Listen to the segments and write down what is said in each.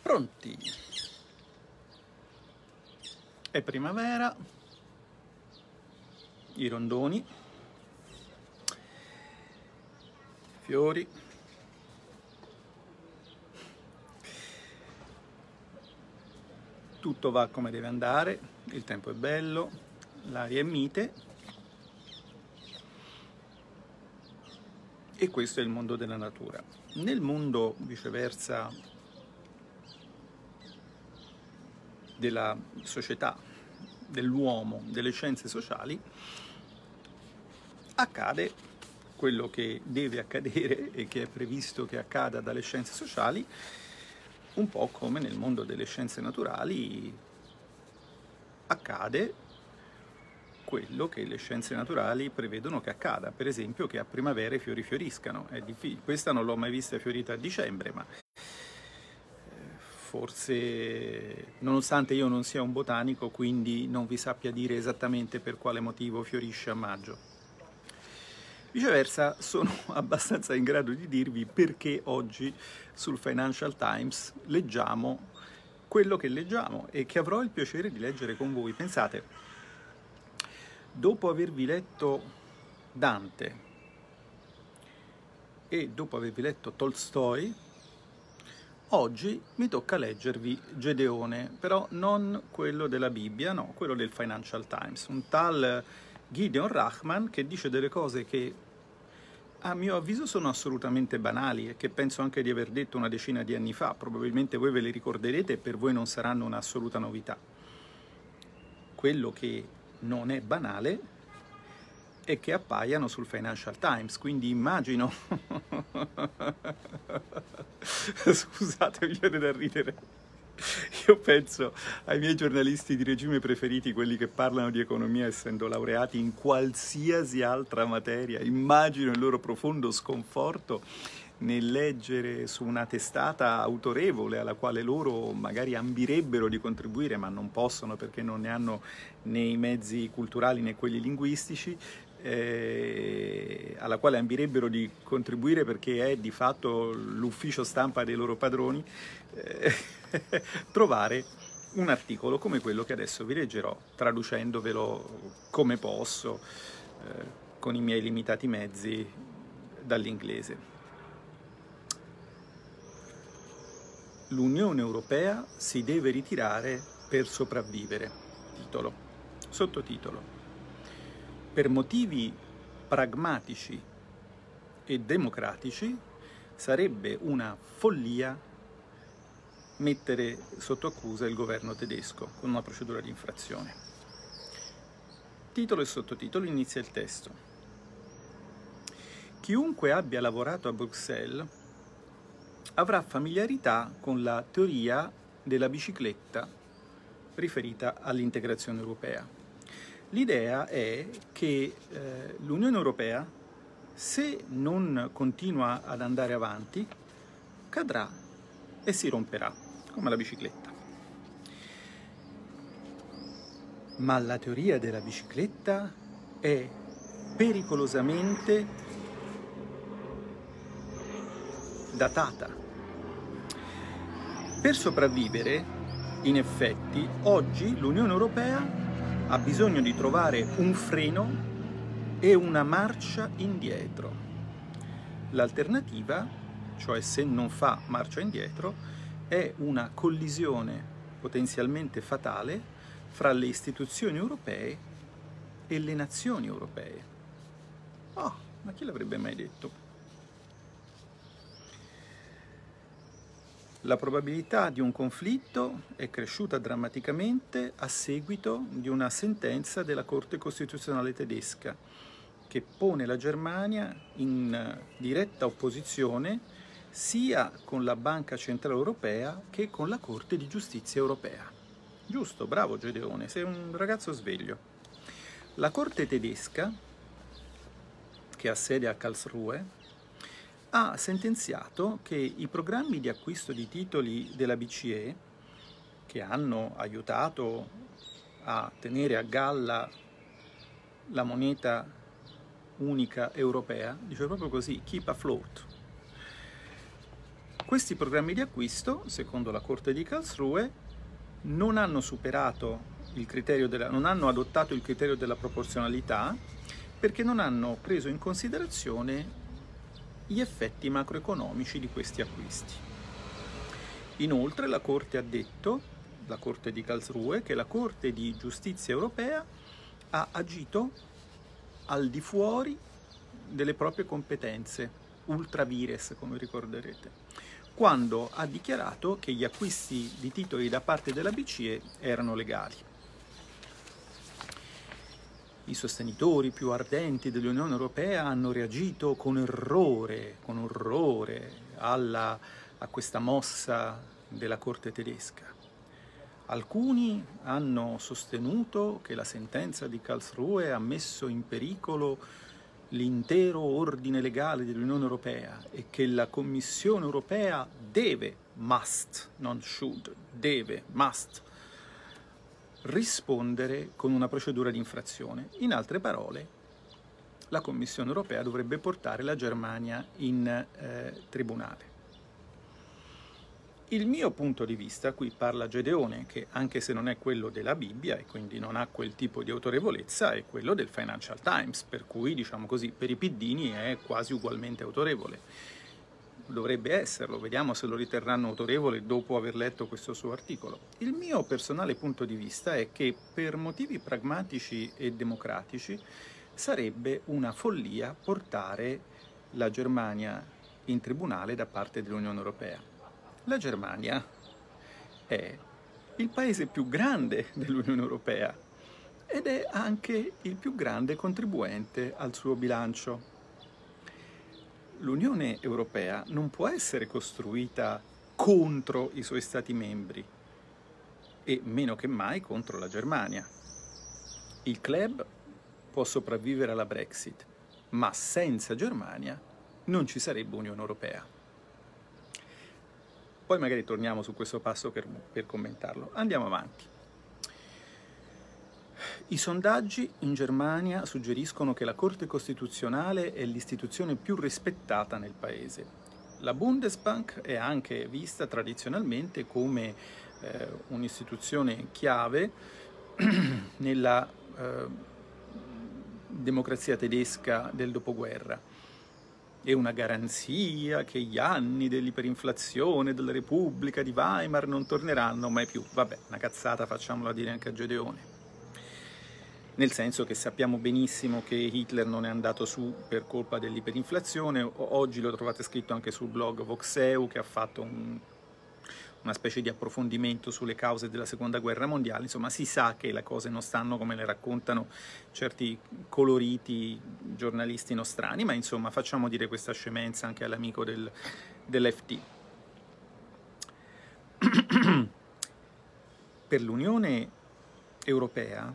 Pronti? È primavera, i rondoni, fiori, tutto va come deve andare, il tempo è bello, l'aria è mite e questo è il mondo della natura. Nel mondo, viceversa, della società, dell'uomo, delle scienze sociali, accade quello che deve accadere e che è previsto che accada dalle scienze sociali, un po' come nel mondo delle scienze naturali accade quello che le scienze naturali prevedono che accada, per esempio che a primavera i fiori fioriscano. È difficile. Questa non l'ho mai vista fiorita a dicembre, ma forse, nonostante io non sia un botanico, quindi non vi sappia dire esattamente per quale motivo fiorisce a maggio. Viceversa, sono abbastanza in grado di dirvi perché oggi sul Financial Times leggiamo quello che leggiamo e che avrò il piacere di leggere con voi. Pensate, dopo avervi letto Dante e dopo avervi letto Tolstoi, oggi mi tocca leggervi Gedeone, però non quello della Bibbia, no, quello del Financial Times, un tal Gideon Rachman che dice delle cose che a mio avviso sono assolutamente banali e che penso anche di aver detto una decina di anni fa. Probabilmente voi ve le ricorderete e per voi non saranno un'assoluta novità. Quello che non è banale è che appaiano sul Financial Times, quindi immagino... Scusate, mi viene da ridere. Io penso ai miei giornalisti di regime preferiti, quelli che parlano di economia essendo laureati in qualsiasi altra materia. Immagino il loro profondo sconforto nel leggere su una testata autorevole alla quale loro magari ambirebbero di contribuire, ma non possono perché non ne hanno né i mezzi culturali né quelli linguistici, alla quale ambirebbero di contribuire perché è di fatto l'ufficio stampa dei loro padroni, trovare un articolo come quello che adesso vi leggerò, traducendovelo come posso, con i miei limitati mezzi, dall'inglese. L'Unione Europea si deve ritirare per sopravvivere. Titolo. Sottotitolo. Per motivi pragmatici e democratici sarebbe una follia mettere sotto accusa il governo tedesco con una procedura di infrazione. Titolo e sottotitolo, inizia il testo. Chiunque abbia lavorato a Bruxelles avrà familiarità con la teoria della bicicletta riferita all'integrazione europea. L'idea è che l'Unione Europea, se non continua ad andare avanti, cadrà e si romperà, come la bicicletta. Ma la teoria della bicicletta è pericolosamente datata. Per sopravvivere, in effetti, oggi l'Unione Europea ha bisogno di trovare un freno e una marcia indietro. L'alternativa, cioè se non fa marcia indietro, è una collisione potenzialmente fatale fra le istituzioni europee e le nazioni europee. Oh, ma chi l'avrebbe mai detto? La probabilità di un conflitto è cresciuta drammaticamente a seguito di una sentenza della Corte Costituzionale tedesca che pone la Germania in diretta opposizione sia con la Banca Centrale Europea che con la Corte di Giustizia Europea. Giusto, bravo Gedeone, sei un ragazzo sveglio. La Corte tedesca, che ha sede a Karlsruhe, ha sentenziato che i programmi di acquisto di titoli della BCE, che hanno aiutato a tenere a galla la moneta unica europea, dice proprio così, keep afloat, Questi programmi di acquisto, secondo la Corte di Karlsruhe, non hanno adottato il criterio della proporzionalità perché non hanno preso in considerazione gli effetti macroeconomici di questi acquisti. Inoltre la Corte ha detto, la Corte di Karlsruhe, che la Corte di Giustizia europea ha agito al di fuori delle proprie competenze, ultra vires, come ricorderete, quando ha dichiarato che gli acquisti di titoli da parte della BCE erano legali. I sostenitori più ardenti dell'Unione Europea hanno reagito con orrore a questa mossa della Corte tedesca. Alcuni hanno sostenuto che la sentenza di Karlsruhe ha messo in pericolo l'intero ordine legale dell'Unione Europea e che la Commissione Europea must rispondere con una procedura di infrazione. In altre parole, la Commissione Europea dovrebbe portare la Germania in tribunale. Il mio punto di vista, qui parla Gedeone, che anche se non è quello della Bibbia e quindi non ha quel tipo di autorevolezza, è quello del Financial Times, per cui, diciamo così, per i piddini è quasi ugualmente autorevole. Dovrebbe esserlo, vediamo se lo riterranno autorevole dopo aver letto questo suo articolo. Il mio personale punto di vista è che per motivi pragmatici e democratici sarebbe una follia portare la Germania in tribunale da parte dell'Unione Europea. La Germania è il paese più grande dell'Unione Europea ed è anche il più grande contribuente al suo bilancio. L'Unione Europea non può essere costruita contro i suoi Stati membri e meno che mai contro la Germania. Il club può sopravvivere alla Brexit, ma senza Germania non ci sarebbe Unione Europea. Poi magari torniamo su questo passo per commentarlo. Andiamo avanti. I sondaggi in Germania suggeriscono che la Corte Costituzionale è l'istituzione più rispettata nel paese. La Bundesbank è anche vista tradizionalmente come un'istituzione chiave nella democrazia tedesca del dopoguerra. È una garanzia che gli anni dell'iperinflazione della Repubblica di Weimar non torneranno mai più. Vabbè, una cazzata, facciamola dire anche a Gedeone. Nel senso che sappiamo benissimo che Hitler non è andato su per colpa dell'iperinflazione. Oggi lo trovate scritto anche sul blog Voxeu, che ha fatto una specie di approfondimento sulle cause della Seconda Guerra Mondiale. Insomma, si sa che le cose non stanno come le raccontano certi coloriti giornalisti nostrani, ma insomma facciamo dire questa scemenza anche all'amico dell'FT. Per l'Unione Europea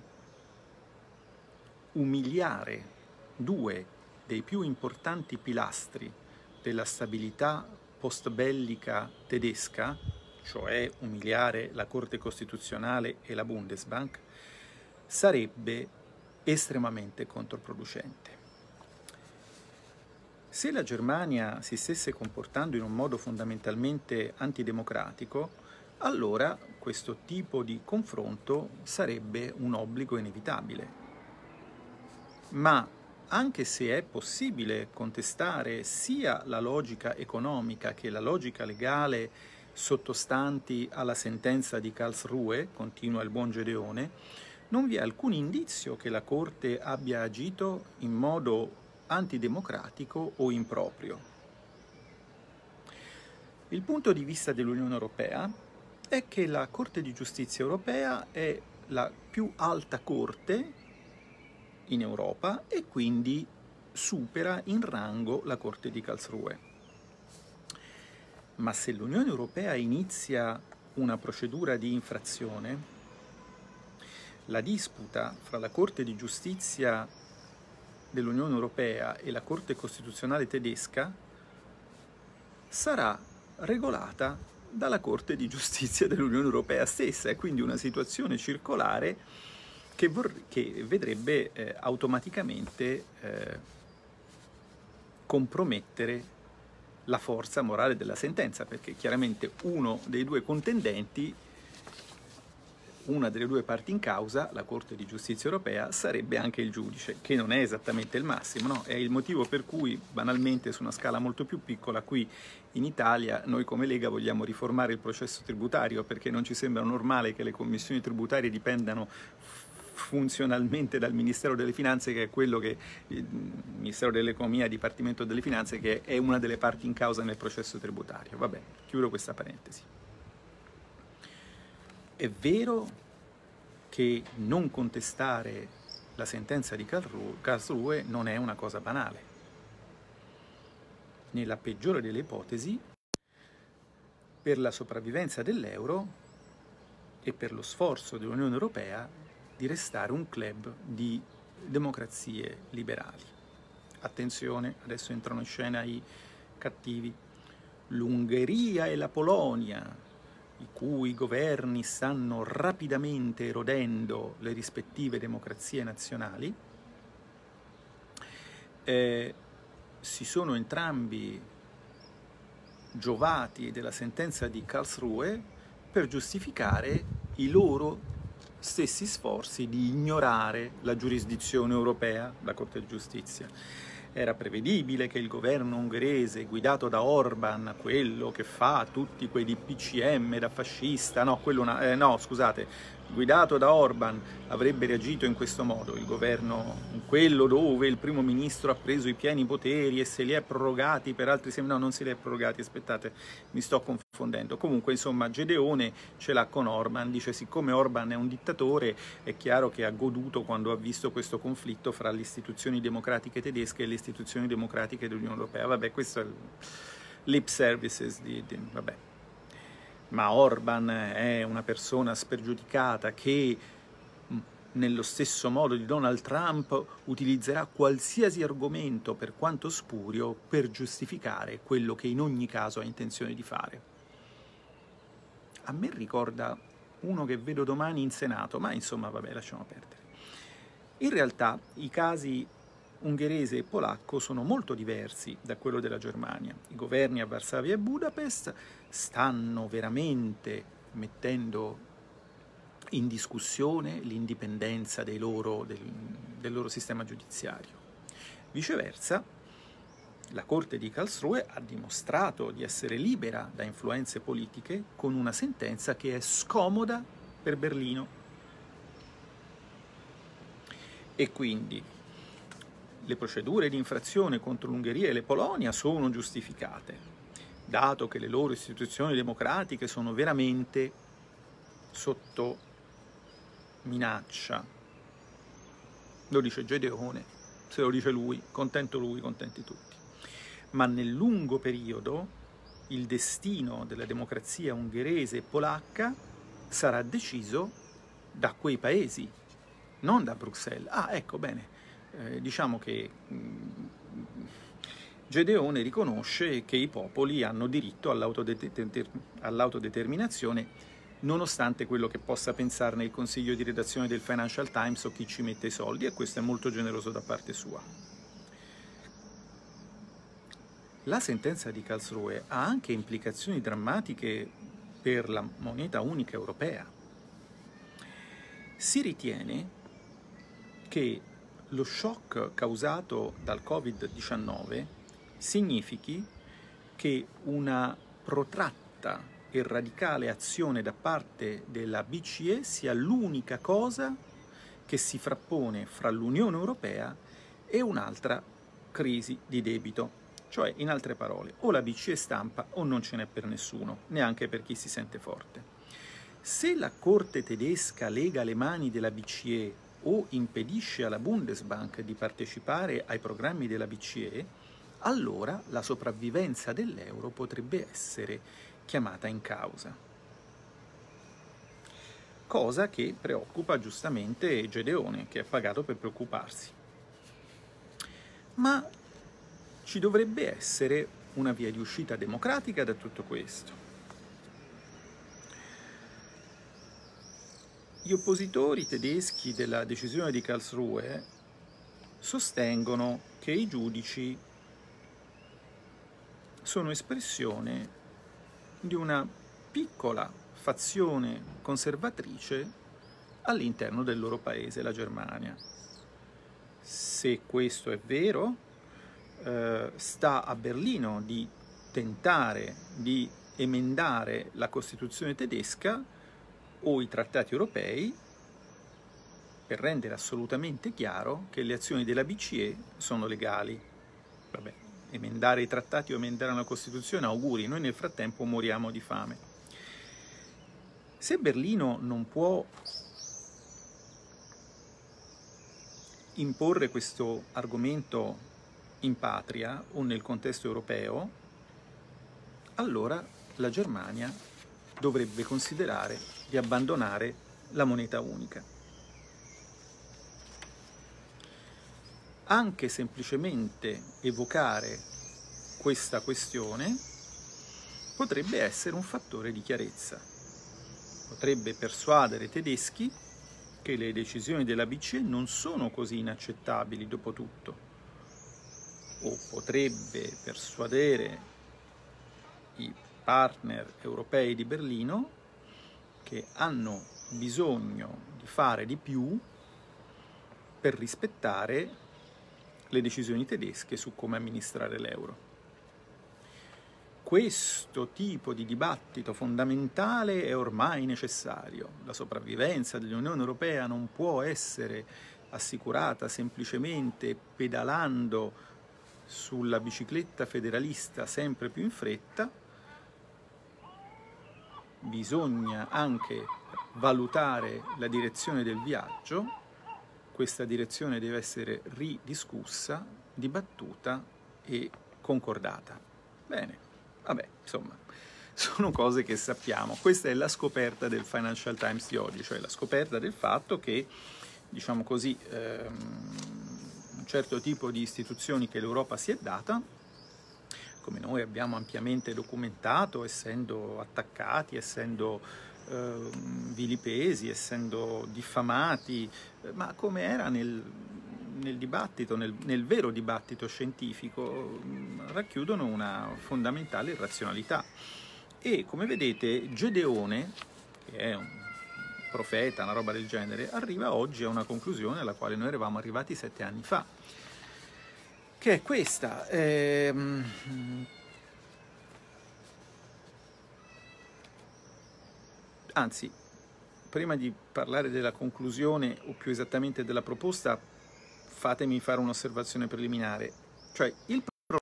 umiliare due dei più importanti pilastri della stabilità post-bellica tedesca, cioè umiliare la Corte Costituzionale e la Bundesbank, sarebbe estremamente controproducente. Se la Germania si stesse comportando in un modo fondamentalmente antidemocratico, allora questo tipo di confronto sarebbe un obbligo inevitabile. Ma anche se è possibile contestare sia la logica economica che la logica legale sottostanti alla sentenza di Karlsruhe, continua il buon Gedeone, non vi è alcun indizio che la Corte abbia agito in modo antidemocratico o improprio. Il punto di vista dell'Unione Europea è che la Corte di Giustizia Europea è la più alta corte in Europa e quindi supera in rango la Corte di Karlsruhe. Ma se l'Unione Europea inizia una procedura di infrazione, la disputa fra la Corte di Giustizia dell'Unione Europea e la Corte Costituzionale tedesca sarà regolata dalla Corte di Giustizia dell'Unione Europea stessa, è quindi una situazione circolare che vedrebbe automaticamente compromettere la forza morale della sentenza, perché chiaramente uno dei due contendenti, una delle due parti in causa, la Corte di Giustizia europea, sarebbe anche il giudice, che non è esattamente il massimo, no? È il motivo per cui, banalmente, su una scala molto più piccola, qui in Italia, noi come Lega vogliamo riformare il processo tributario, perché non ci sembra normale che le commissioni tributarie dipendano funzionalmente dal Ministero delle Finanze, che è quello che il Ministero dell'Economia, Dipartimento delle Finanze, che è una delle parti in causa nel processo tributario. Vabbè, chiudo questa parentesi. È vero che non contestare la sentenza di Karlsruhe non è una cosa banale. Nella peggiore delle ipotesi, per la sopravvivenza dell'euro e per lo sforzo dell'Unione Europea di restare un club di democrazie liberali. Attenzione, adesso entrano in scena i cattivi. L'Ungheria e la Polonia, i cui governi stanno rapidamente erodendo le rispettive democrazie nazionali, si sono entrambi giovati della sentenza di Karlsruhe per giustificare i loro stessi sforzi di ignorare la giurisdizione europea, la Corte di Giustizia. Era prevedibile che il governo ungherese, guidato da Orban, quello che fa tutti quei DPCM da fascista, guidato da Orban, avrebbe reagito in questo modo. Il governo, quello dove il primo ministro ha preso i pieni poteri e se li è prorogati per altri 6 mesi, no, non se li è prorogati, aspettate, mi sto confondendo. Comunque, insomma, Gedeone ce l'ha con Orban, dice siccome Orban è un dittatore, è chiaro che ha goduto quando ha visto questo conflitto fra le istituzioni democratiche tedesche e le istituzioni democratiche dell'Unione Europea. Vabbè, questo è il lip services vabbè. Ma Orban è una persona spregiudicata che, nello stesso modo di Donald Trump, utilizzerà qualsiasi argomento, per quanto spurio, per giustificare quello che in ogni caso ha intenzione di fare. A me ricorda uno che vedo domani in Senato, ma insomma, vabbè, lasciamo perdere. In realtà i casi ungherese e polacco sono molto diversi da quello della Germania. I governi a Varsavia e Budapest stanno veramente mettendo in discussione l'indipendenza del loro sistema giudiziario. Viceversa, la Corte di Karlsruhe ha dimostrato di essere libera da influenze politiche con una sentenza che è scomoda per Berlino. E quindi le procedure di infrazione contro l'Ungheria e la Polonia sono giustificate, dato che le loro istituzioni democratiche sono veramente sotto minaccia. Lo dice Gedeone, se lo dice lui, contenti tutti. Ma nel lungo periodo il destino della democrazia ungherese e polacca sarà deciso da quei paesi, non da Bruxelles. Ah, ecco, bene. Diciamo che Gedeone riconosce che i popoli hanno diritto all'autodeterminazione, nonostante quello che possa pensarne il consiglio di redazione del Financial Times o chi ci mette i soldi, e questo è molto generoso da parte sua. La sentenza di Karlsruhe ha anche implicazioni drammatiche per la moneta unica europea. Si ritiene che lo shock causato dal Covid-19 significhi che una protratta e radicale azione da parte della BCE sia l'unica cosa che si frappone fra l'Unione Europea e un'altra crisi di debito. Cioè, in altre parole, o la BCE stampa o non ce n'è per nessuno, neanche per chi si sente forte. Se la Corte tedesca lega le mani della BCE o impedisce alla Bundesbank di partecipare ai programmi della BCE, allora la sopravvivenza dell'euro potrebbe essere chiamata in causa. Cosa che preoccupa giustamente Gedeone, che è pagato per preoccuparsi. Ma ci dovrebbe essere una via di uscita democratica da tutto questo. Gli oppositori tedeschi della decisione di Karlsruhe sostengono che i giudici sono espressione di una piccola fazione conservatrice all'interno del loro paese, la Germania. Se questo è vero, sta a Berlino di tentare di emendare la Costituzione tedesca o i trattati europei per rendere assolutamente chiaro che le azioni della BCE sono legali. Vabbè, emendare i trattati o emendare la Costituzione, auguri, noi nel frattempo moriamo di fame. Se Berlino non può imporre questo argomento in patria o nel contesto europeo, allora la Germania dovrebbe considerare di abbandonare la moneta unica. Anche semplicemente evocare questa questione potrebbe essere un fattore di chiarezza. Potrebbe persuadere i tedeschi che le decisioni della BCE non sono così inaccettabili dopo tutto, o potrebbe persuadere i partner europei di Berlino che hanno bisogno di fare di più per rispettare le decisioni tedesche su come amministrare l'euro. Questo tipo di dibattito fondamentale è ormai necessario. La sopravvivenza dell'Unione Europea non può essere assicurata semplicemente pedalando sulla bicicletta federalista sempre più in fretta. Bisogna anche valutare la direzione del viaggio. Questa direzione deve essere ridiscussa, dibattuta e concordata. Bene, vabbè, insomma, sono cose che sappiamo. Questa è la scoperta del Financial Times di oggi, cioè la scoperta del fatto che, diciamo così, un certo tipo di istituzioni che l'Europa si è data, come noi abbiamo ampiamente documentato, essendo attaccati, essendo vilipesi, essendo diffamati, ma come era nel dibattito, nel vero dibattito scientifico, racchiudono una fondamentale irrazionalità. E come vedete Gedeone, che è un profeta, una roba del genere, arriva oggi a una conclusione alla quale noi eravamo arrivati 7 anni fa, che è questa. Anzi, prima di parlare della conclusione, o più esattamente della proposta, fatemi fare un'osservazione preliminare. Cioè, il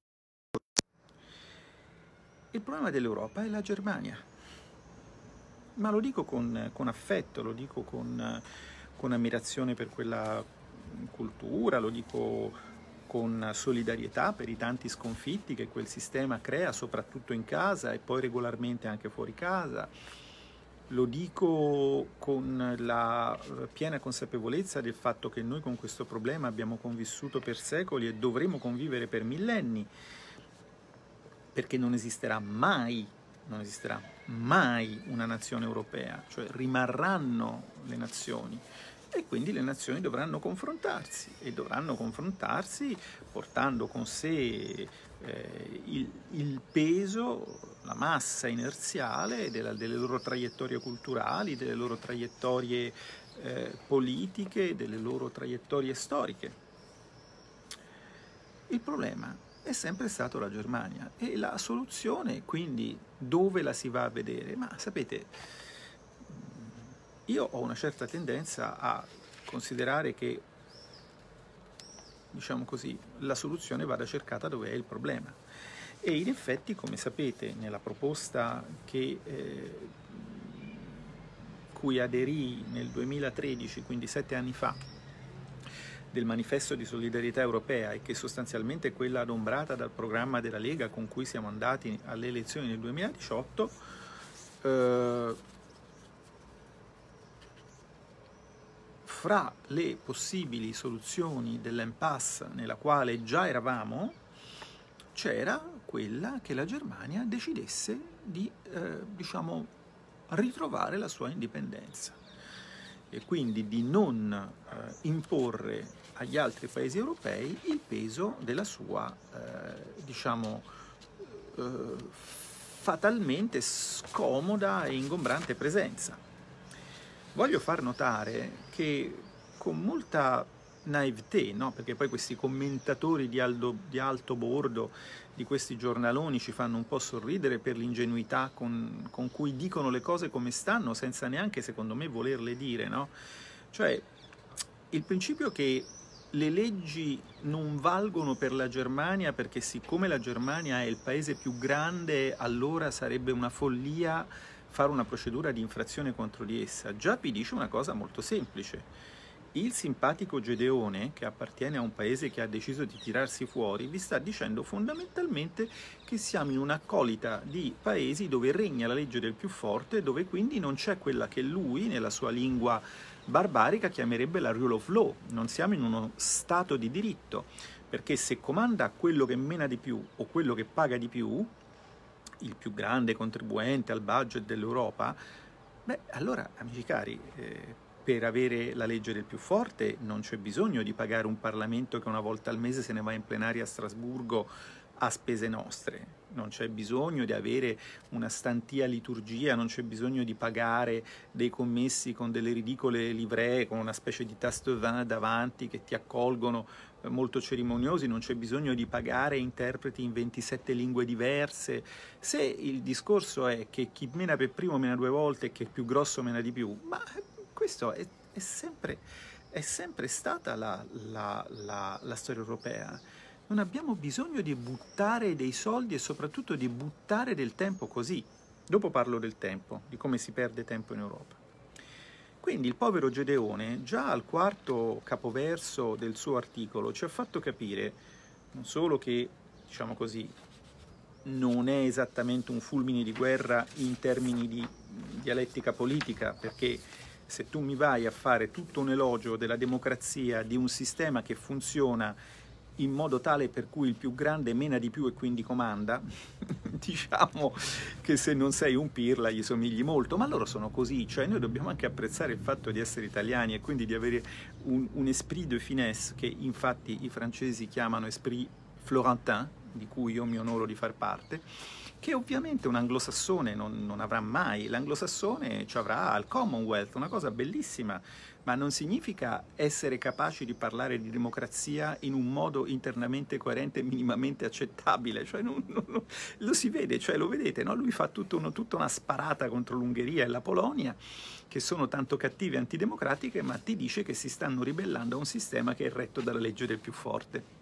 problema dell'Europa è la Germania. Ma lo dico con affetto, lo dico con ammirazione per quella cultura, lo dico con solidarietà per i tanti sconfitti che quel sistema crea, soprattutto in casa e poi regolarmente anche fuori casa. Lo dico con la piena consapevolezza del fatto che noi con questo problema abbiamo convissuto per secoli e dovremo convivere per millenni, perché non esisterà mai una nazione europea, cioè rimarranno le nazioni e quindi le nazioni dovranno confrontarsi portando con sé il peso, la massa inerziale delle loro traiettorie culturali, delle loro traiettorie politiche, delle loro traiettorie storiche. Il problema è sempre stato la Germania e la soluzione, quindi, dove la si va a vedere? Ma sapete, io ho una certa tendenza a considerare che, diciamo così, la soluzione vada cercata dove è il problema. E in effetti, come sapete, nella proposta cui aderì nel 2013, quindi 7 anni fa, del manifesto di solidarietà europea, e che sostanzialmente è quella adombrata dal programma della Lega con cui siamo andati alle elezioni nel 2018, fra le possibili soluzioni dell'impasse nella quale già eravamo, c'era quella che la Germania decidesse di, ritrovare la sua indipendenza e quindi di non imporre agli altri paesi europei il peso della sua, fatalmente scomoda e ingombrante presenza. Voglio far notare che con molta naivete, no? Perché poi questi commentatori di alto bordo di questi giornaloni ci fanno un po' sorridere per l'ingenuità con cui dicono le cose come stanno, senza neanche, secondo me, volerle dire, no? Cioè, il principio che le leggi non valgono per la Germania perché siccome la Germania è il paese più grande, allora sarebbe una follia fare una procedura di infrazione contro di essa, già vi dice una cosa molto semplice. Il simpatico Gedeone, che appartiene a un paese che ha deciso di tirarsi fuori, vi sta dicendo fondamentalmente che siamo in un'accolita di paesi dove regna la legge del più forte, dove quindi non c'è quella che lui, nella sua lingua barbarica, chiamerebbe la rule of law. Non siamo in uno stato di diritto, perché se comanda quello che mena di più o quello che paga di più, il più grande contribuente al budget dell'Europa, beh, allora, amici cari, per avere la legge del più forte non c'è bisogno di pagare un Parlamento che una volta al mese se ne va in plenaria a Strasburgo a spese nostre, non c'è bisogno di avere una stantia liturgia, non c'è bisogno di pagare dei commessi con delle ridicole livree, con una specie di tasto davanti che ti accolgono molto cerimoniosi, non c'è bisogno di pagare interpreti in 27 lingue diverse. Se il discorso è che chi mena per primo mena 2 volte e che il più grosso mena di più, ma questo è sempre stata la storia europea. Non abbiamo bisogno di buttare dei soldi e soprattutto di buttare del tempo così. Dopo parlo del tempo, di come si perde tempo in Europa. Quindi il povero Gedeone, già al quarto capoverso del suo articolo, ci ha fatto capire non solo che, diciamo così, non è esattamente un fulmine di guerra in termini di dialettica politica, perché se tu mi vai a fare tutto un elogio della democrazia, di un sistema che funziona in modo tale per cui il più grande mena di più e quindi comanda, diciamo che se non sei un pirla gli somigli molto, ma loro sono così, cioè noi dobbiamo anche apprezzare il fatto di essere italiani e quindi di avere un esprit de finesse che infatti i francesi chiamano esprit florentin, di cui io mi onoro di far parte, che ovviamente un anglosassone non avrà mai. L'anglosassone ci avrà al Commonwealth, una cosa bellissima, ma non significa essere capaci di parlare di democrazia in un modo internamente coerente e minimamente accettabile, cioè lo si vede, cioè lo vedete, no? Lui fa tutta una sparata contro l'Ungheria e la Polonia, che sono tanto cattive e antidemocratiche, ma ti dice che si stanno ribellando a un sistema che è retto dalla legge del più forte.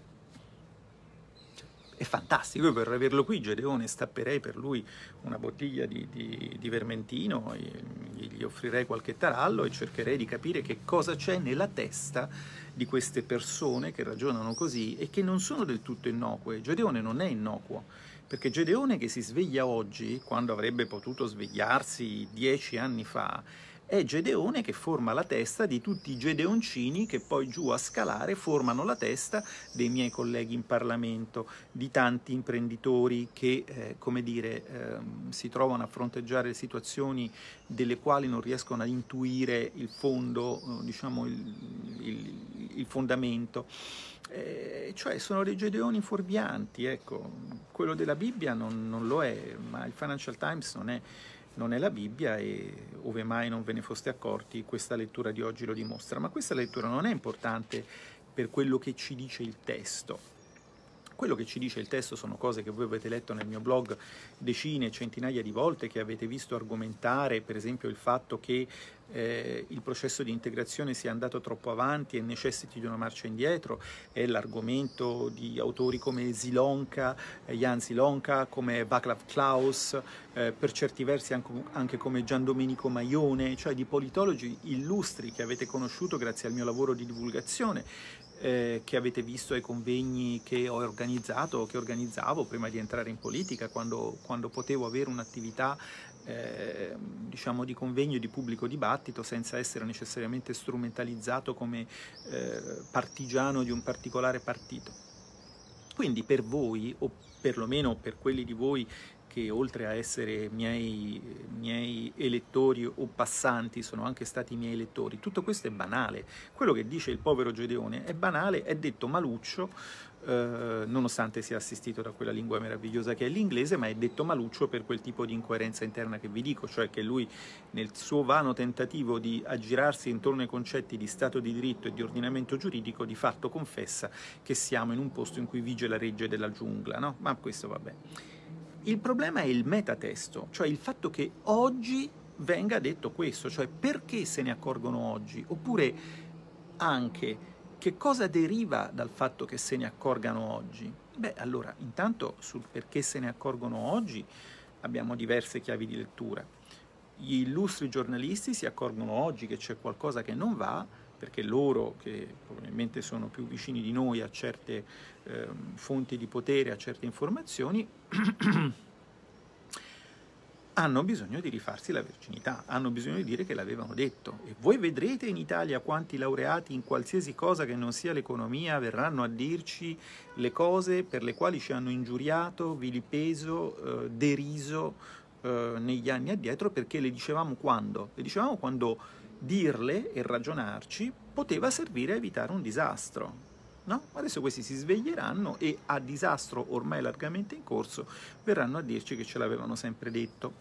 È fantastico, io per averlo qui, Gedeone, stapperei per lui una bottiglia di vermentino, gli offrirei qualche tarallo e cercherei di capire che cosa c'è nella testa di queste persone che ragionano così e che non sono del tutto innocue. Gedeone non è innocuo, perché Gedeone che si sveglia oggi, quando avrebbe potuto svegliarsi 10 anni fa, è Gedeone che forma la testa di tutti i gedeoncini che poi giù a scalare formano la testa dei miei colleghi in Parlamento, di tanti imprenditori che, come dire, si trovano a fronteggiare situazioni delle quali non riescono a intuire il fondo, diciamo il fondamento. Cioè sono dei gedeoni fuorvianti, ecco. Quello della Bibbia non lo è, ma il Financial Times non è la Bibbia e, ove mai non ve ne foste accorti, questa lettura di oggi lo dimostra. Ma questa lettura non è importante per quello che ci dice il testo. Quello che ci dice il testo sono cose che voi avete letto nel mio blog decine, centinaia di volte, che avete visto argomentare, per esempio il fatto che il processo di integrazione sia andato troppo avanti e necessiti di una marcia indietro, è l'argomento di autori come Jan Zielonka, come Václav Klaus, per certi versi anche come Gian Domenico Maione, cioè di politologi illustri che avete conosciuto grazie al mio lavoro di divulgazione, che avete visto ai convegni che ho organizzato, che organizzavo prima di entrare in politica, quando potevo avere un'attività diciamo di convegno e di pubblico dibattito senza essere necessariamente strumentalizzato come partigiano di un particolare partito. Quindi per voi, o perlomeno per quelli di voi che oltre a essere miei miei elettori o passanti sono anche stati i miei elettori. Tutto questo è banale. Quello che dice il povero Gedeone è banale, è detto maluccio, nonostante sia assistito da quella lingua meravigliosa che è l'inglese, ma è detto maluccio per quel tipo di incoerenza interna che vi dico, cioè che lui nel suo vano tentativo di aggirarsi intorno ai concetti di Stato di diritto e di ordinamento giuridico di fatto confessa che siamo in un posto in cui vige la legge della giungla, no? Ma questo vabbè. Il problema è il metatesto, cioè il fatto che oggi venga detto questo, cioè perché se ne accorgono oggi, oppure anche che cosa deriva dal fatto che se ne accorgano oggi? Beh, allora, intanto sul perché se ne accorgono oggi abbiamo diverse chiavi di lettura. Gli illustri giornalisti si accorgono oggi che c'è qualcosa che non va, perché loro, che probabilmente sono più vicini di noi a certe fonti di potere, a certe informazioni, hanno bisogno di rifarsi la virginità, hanno bisogno di dire che l'avevano detto. E voi vedrete in Italia quanti laureati in qualsiasi cosa che non sia l'economia verranno a dirci le cose per le quali ci hanno ingiuriato, vilipeso, deriso negli anni addietro, perché le dicevamo quando? Le dicevamo quando dirle e ragionarci poteva servire a evitare un disastro. No? Adesso questi si sveglieranno e a disastro ormai largamente in corso verranno a dirci che ce l'avevano sempre detto.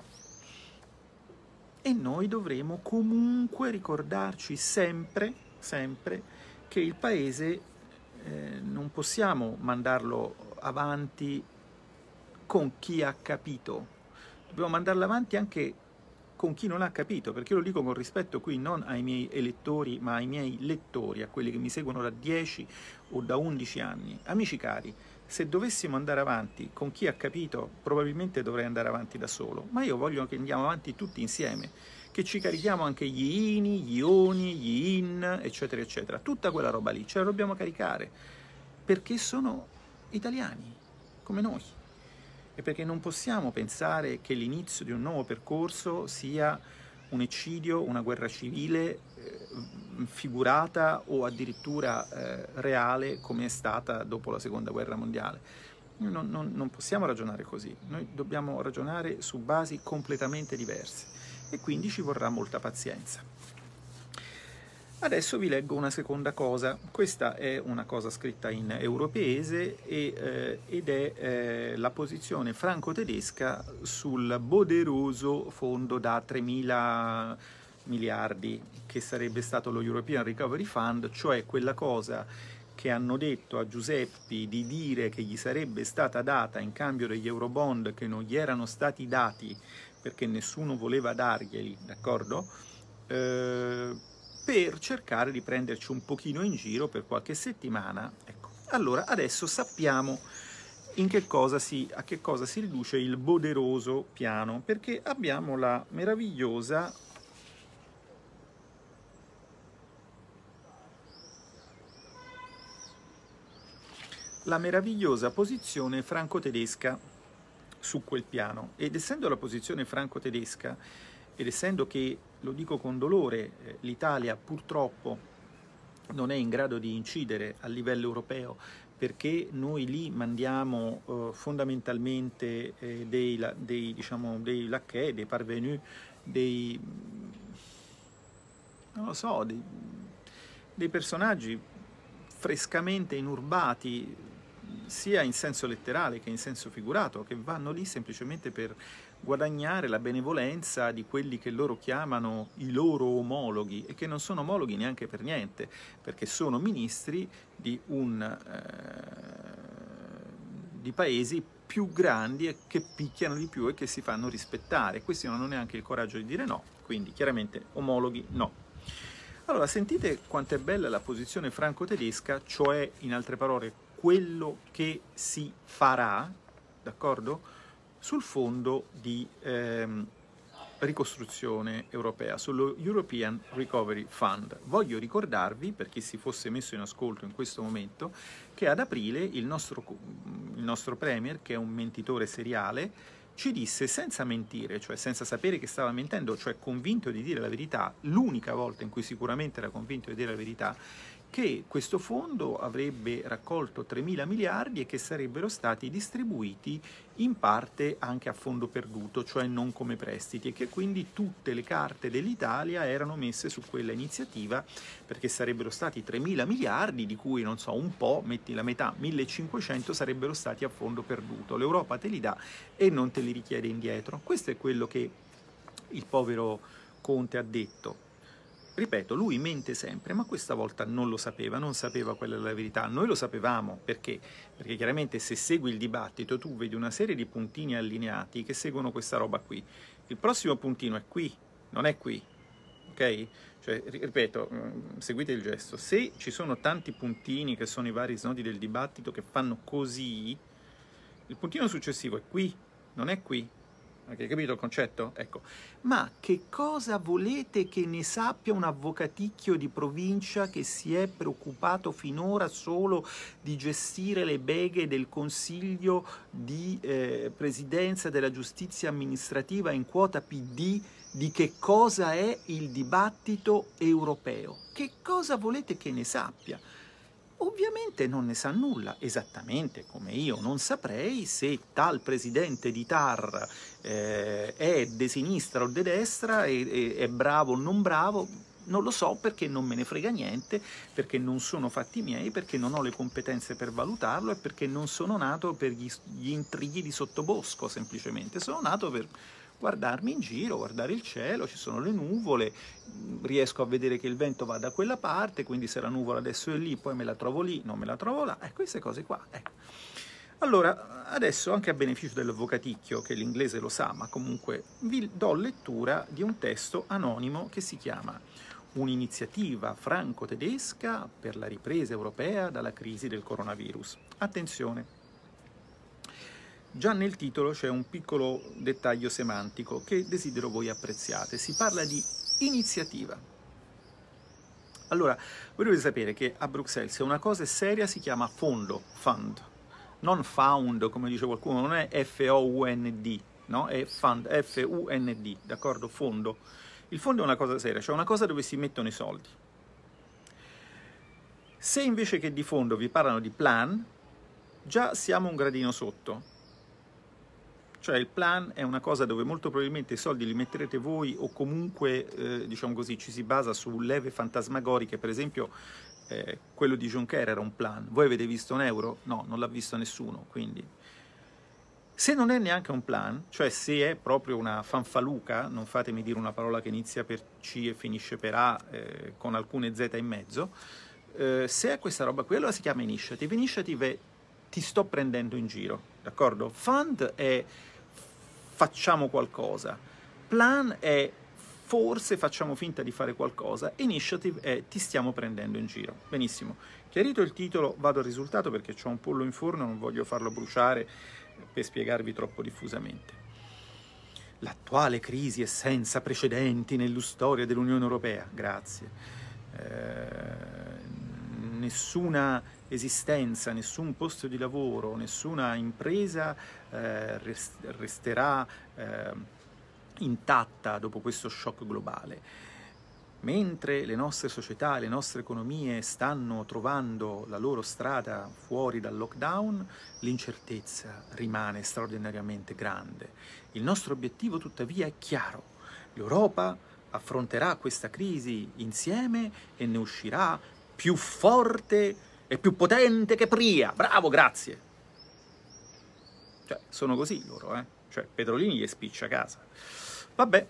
E noi dovremo comunque ricordarci sempre, sempre, che il paese non possiamo mandarlo avanti con chi ha capito, dobbiamo mandarlo avanti anche con chi non ha capito, perché io lo dico con rispetto qui non ai miei elettori, ma ai miei lettori, a quelli che mi seguono da 10 o da 11 anni. Amici cari, se dovessimo andare avanti con chi ha capito, probabilmente dovrei andare avanti da solo, ma io voglio che andiamo avanti tutti insieme, che ci carichiamo anche gli ini, gli oni, gli in, eccetera, eccetera. Tutta quella roba lì ce la dobbiamo caricare, perché sono italiani, come noi. E perché non possiamo pensare che l'inizio di un nuovo percorso sia un eccidio, una guerra civile figurata o addirittura reale come è stata dopo la Seconda Guerra Mondiale. Non possiamo ragionare così, noi dobbiamo ragionare su basi completamente diverse e quindi ci vorrà molta pazienza. Adesso vi leggo una seconda cosa, questa è una cosa scritta in europeese ed è la posizione franco-tedesca sul poderoso fondo da 3.000 miliardi che sarebbe stato lo European Recovery Fund, cioè quella cosa che hanno detto a Giuseppi di dire che gli sarebbe stata data in cambio degli eurobond che non gli erano stati dati perché nessuno voleva darglieli, d'accordo? Per cercare di prenderci un pochino in giro per qualche settimana. Ecco. Allora, adesso sappiamo a che cosa si riduce il poderoso piano, perché abbiamo la meravigliosa posizione franco-tedesca su quel piano. Ed essendo la posizione franco-tedesca, ed essendo che, lo dico con dolore, l'Italia purtroppo non è in grado di incidere a livello europeo, perché noi lì mandiamo fondamentalmente dei lacchè, dei parvenus, non lo so, dei personaggi frescamente inurbati, sia in senso letterale che in senso figurato, che vanno lì semplicemente per guadagnare la benevolenza di quelli che loro chiamano i loro omologhi e che non sono omologhi neanche per niente, perché sono ministri di paesi più grandi e che picchiano di più e che si fanno rispettare. Questi non hanno neanche il coraggio di dire no, quindi chiaramente omologhi no. Allora, sentite quanto è bella la posizione franco-tedesca, cioè, in altre parole, quello che si farà, d'accordo, sul fondo di ricostruzione europea, sullo European Recovery Fund. Voglio ricordarvi, per chi si fosse messo in ascolto in questo momento, che ad aprile il nostro Premier, che è un mentitore seriale, ci disse senza mentire, cioè senza sapere che stava mentendo, cioè convinto di dire la verità, l'unica volta in cui sicuramente era convinto di dire la verità, che questo fondo avrebbe raccolto 3.000 miliardi e che sarebbero stati distribuiti in parte anche a fondo perduto, cioè non come prestiti, e che quindi tutte le carte dell'Italia erano messe su quella iniziativa, perché sarebbero stati 3.000 miliardi, di cui, non so, un po', metti la metà, 1.500 sarebbero stati a fondo perduto. L'Europa te li dà e non te li richiede indietro. Questo è quello che il povero Conte ha detto. Ripeto, lui mente sempre, ma questa volta non lo sapeva, non sapeva quella era la verità. Noi lo sapevamo, perché? Perché chiaramente se segui il dibattito tu vedi una serie di puntini allineati che seguono questa roba qui. Il prossimo puntino è qui, non è qui, ok? Cioè, ripeto, seguite il gesto. Se ci sono tanti puntini che sono i vari snodi del dibattito che fanno così, il puntino successivo è qui, non è qui. Hai capito il concetto? Ecco. Ma che cosa volete che ne sappia un avvocaticchio di provincia che si è preoccupato finora solo di gestire le beghe del Consiglio di Presidenza della Giustizia Amministrativa in quota PD, di che cosa è il dibattito europeo? Che cosa volete che ne sappia? Ovviamente non ne sa nulla, esattamente come io non saprei se tal presidente di TAR è de sinistra o de destra, è bravo o non bravo, non lo so perché non me ne frega niente, perché non sono fatti miei, perché non ho le competenze per valutarlo e perché non sono nato per gli intrighi di sottobosco, semplicemente. Sono nato per guardarmi in giro, guardare il cielo, ci sono le nuvole, riesco a vedere che il vento va da quella parte, quindi se la nuvola adesso è lì, poi me la trovo lì, non me la trovo là, queste cose qua, ecco. Allora, adesso anche a beneficio dell'avvocaticchio, che l'inglese lo sa, ma comunque vi do lettura di un testo anonimo che si chiama Un'iniziativa franco-tedesca per la ripresa europea dalla crisi del coronavirus. Attenzione! Già nel titolo c'è un piccolo dettaglio semantico che desidero voi apprezziate. Si parla di iniziativa. Allora, voi dovete sapere che a Bruxelles se una cosa è seria si chiama fondo, fund, non found, come dice qualcuno, non è F-O-U-N-D, no? È fund, F-U-N-D, d'accordo? Fondo. Il fondo è una cosa seria, cioè una cosa dove si mettono i soldi. Se invece che di fondo vi parlano di plan, già siamo un gradino sotto. Cioè il plan è una cosa dove molto probabilmente i soldi li metterete voi o comunque, diciamo così, ci si basa su leve fantasmagoriche. Per esempio quello di Juncker era un plan. Voi avete visto un euro? No, non l'ha visto nessuno. Quindi se non è neanche un plan, cioè se è proprio una fanfaluca, non fatemi dire una parola che inizia per C e finisce per A con alcune Z in mezzo, se è questa roba qui, allora si chiama initiative. Initiative è ti sto prendendo in giro, d'accordo? Fund è facciamo qualcosa, plan è forse facciamo finta di fare qualcosa, initiative è ti stiamo prendendo in giro. Benissimo, chiarito il titolo vado al risultato perché ho un pollo in forno, non voglio farlo bruciare per spiegarvi troppo diffusamente. L'attuale crisi è senza precedenti nella storia dell'Unione Europea, grazie. Nessuna esistenza, nessun posto di lavoro, nessuna impresa resterà intatta dopo questo shock globale. Mentre le nostre società, le nostre economie stanno trovando la loro strada fuori dal lockdown, l'incertezza rimane straordinariamente grande. Il nostro obiettivo tuttavia è chiaro. L'Europa affronterà questa crisi insieme e ne uscirà più forte e più potente che prima. Bravo, grazie. Cioè, sono così loro, Cioè, Petrolini gli spiccia a casa. Vabbè.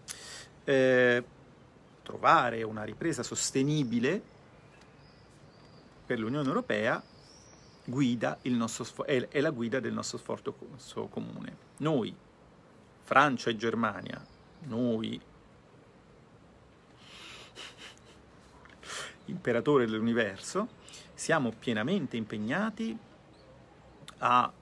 Trovare una ripresa sostenibile per l'Unione Europea guida il nostro è la guida del nostro sforzo comune. Noi, Francia e Germania, noi, imperatore dell'universo, siamo pienamente impegnati a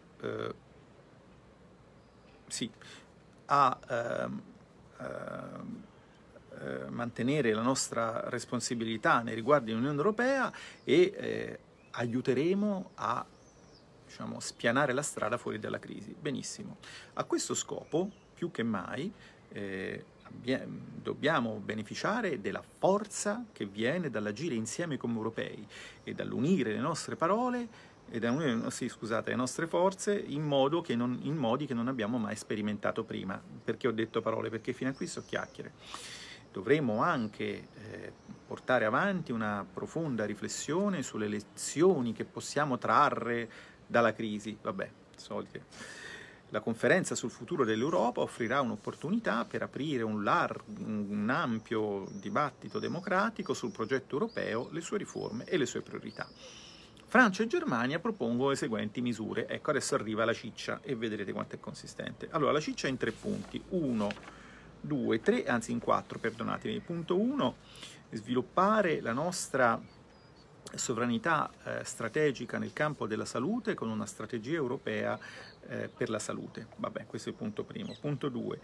mantenere la nostra responsabilità nei riguardi dell'Unione Europea e aiuteremo a, diciamo, spianare la strada fuori dalla crisi. Benissimo. A questo scopo, più che mai, dobbiamo beneficiare della forza che viene dall'agire insieme come europei e dall'unire le nostre parole e le nostre forze in modi che non abbiamo mai sperimentato prima. Perché ho detto parole? Perché fino a qui so chiacchiere. Dovremo anche portare avanti una profonda riflessione sulle lezioni che possiamo trarre dalla crisi. Vabbè, solite. La conferenza sul futuro dell'Europa offrirà un'opportunità per aprire un ampio dibattito democratico sul progetto europeo, le sue riforme e le sue priorità. Francia e Germania propongono le seguenti misure. Ecco, adesso arriva la ciccia e vedrete quanto è consistente. Allora, la ciccia è in 3 punti. 1, 2, 3, anzi in 4, perdonatemi. Punto 1, sviluppare la nostra sovranità strategica nel campo della salute con una strategia europea per la salute. Vabbè, questo è il punto primo. Punto 2,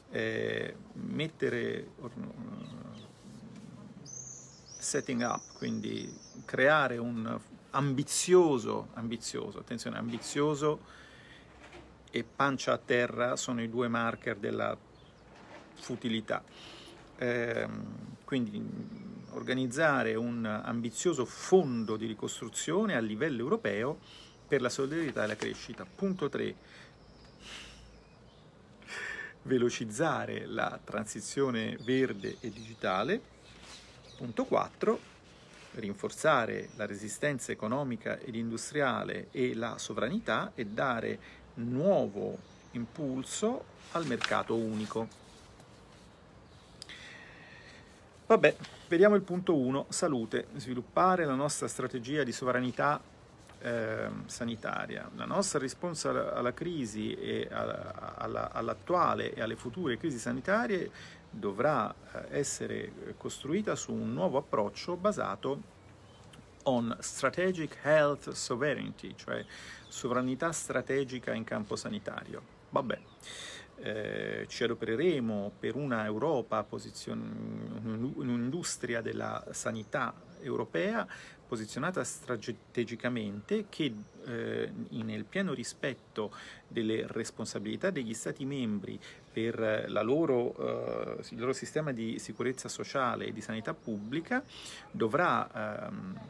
setting up, quindi creare un ambizioso, attenzione, ambizioso e pancia a terra sono i 2 marker della futilità. Quindi organizzare un ambizioso fondo di ricostruzione a livello europeo per la solidarietà e la crescita. Punto 3, velocizzare la transizione verde e digitale. Punto 4, rinforzare la resistenza economica ed industriale e la sovranità e dare nuovo impulso al mercato unico. Vabbè, vediamo il punto 1, salute, sviluppare la nostra strategia di sovranità sanitaria. La nostra risposta alla crisi e all'attuale e alle future crisi sanitarie dovrà essere costruita su un nuovo approccio basato on strategic health sovereignty, cioè sovranità strategica in campo sanitario. Vabbè. Ci adopereremo per una Europa, un'industria della sanità europea posizionata strategicamente che nel pieno rispetto delle responsabilità degli Stati membri per il loro sistema di sicurezza sociale e di sanità pubblica dovrà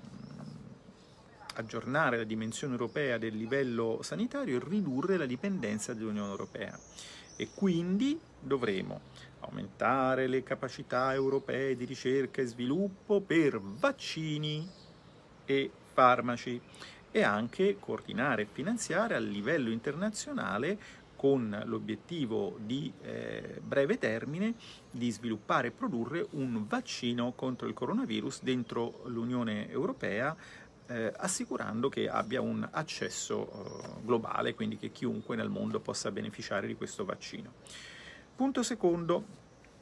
aggiornare la dimensione europea del livello sanitario e ridurre la dipendenza dell'Unione Europea. E quindi dovremo aumentare le capacità europee di ricerca e sviluppo per vaccini e farmaci e anche coordinare e finanziare a livello internazionale con l'obiettivo di breve termine di sviluppare e produrre un vaccino contro il coronavirus dentro l'Unione Europea, assicurando che abbia un accesso globale, quindi che chiunque nel mondo possa beneficiare di questo vaccino. Punto secondo,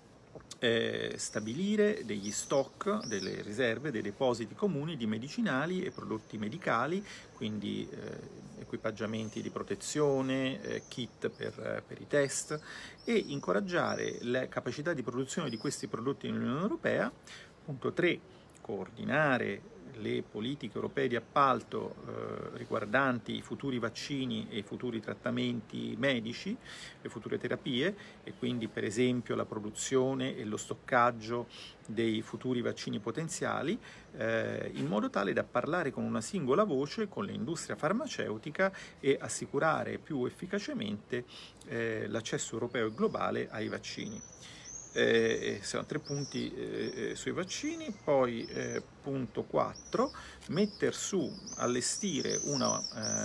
stabilire degli stock, delle riserve, dei depositi comuni di medicinali e prodotti medicali, quindi equipaggiamenti di protezione, kit per i test, e incoraggiare la capacità di produzione di questi prodotti nell'Unione Europea. Punto 3, coordinare le politiche europee di appalto riguardanti i futuri vaccini e i futuri trattamenti medici, le future terapie, e quindi per esempio la produzione e lo stoccaggio dei futuri vaccini potenziali, in modo tale da parlare con una singola voce con l'industria farmaceutica e assicurare più efficacemente l'accesso europeo e globale ai vaccini. Sono 3 punti sui vaccini. Poi punto 4, allestire una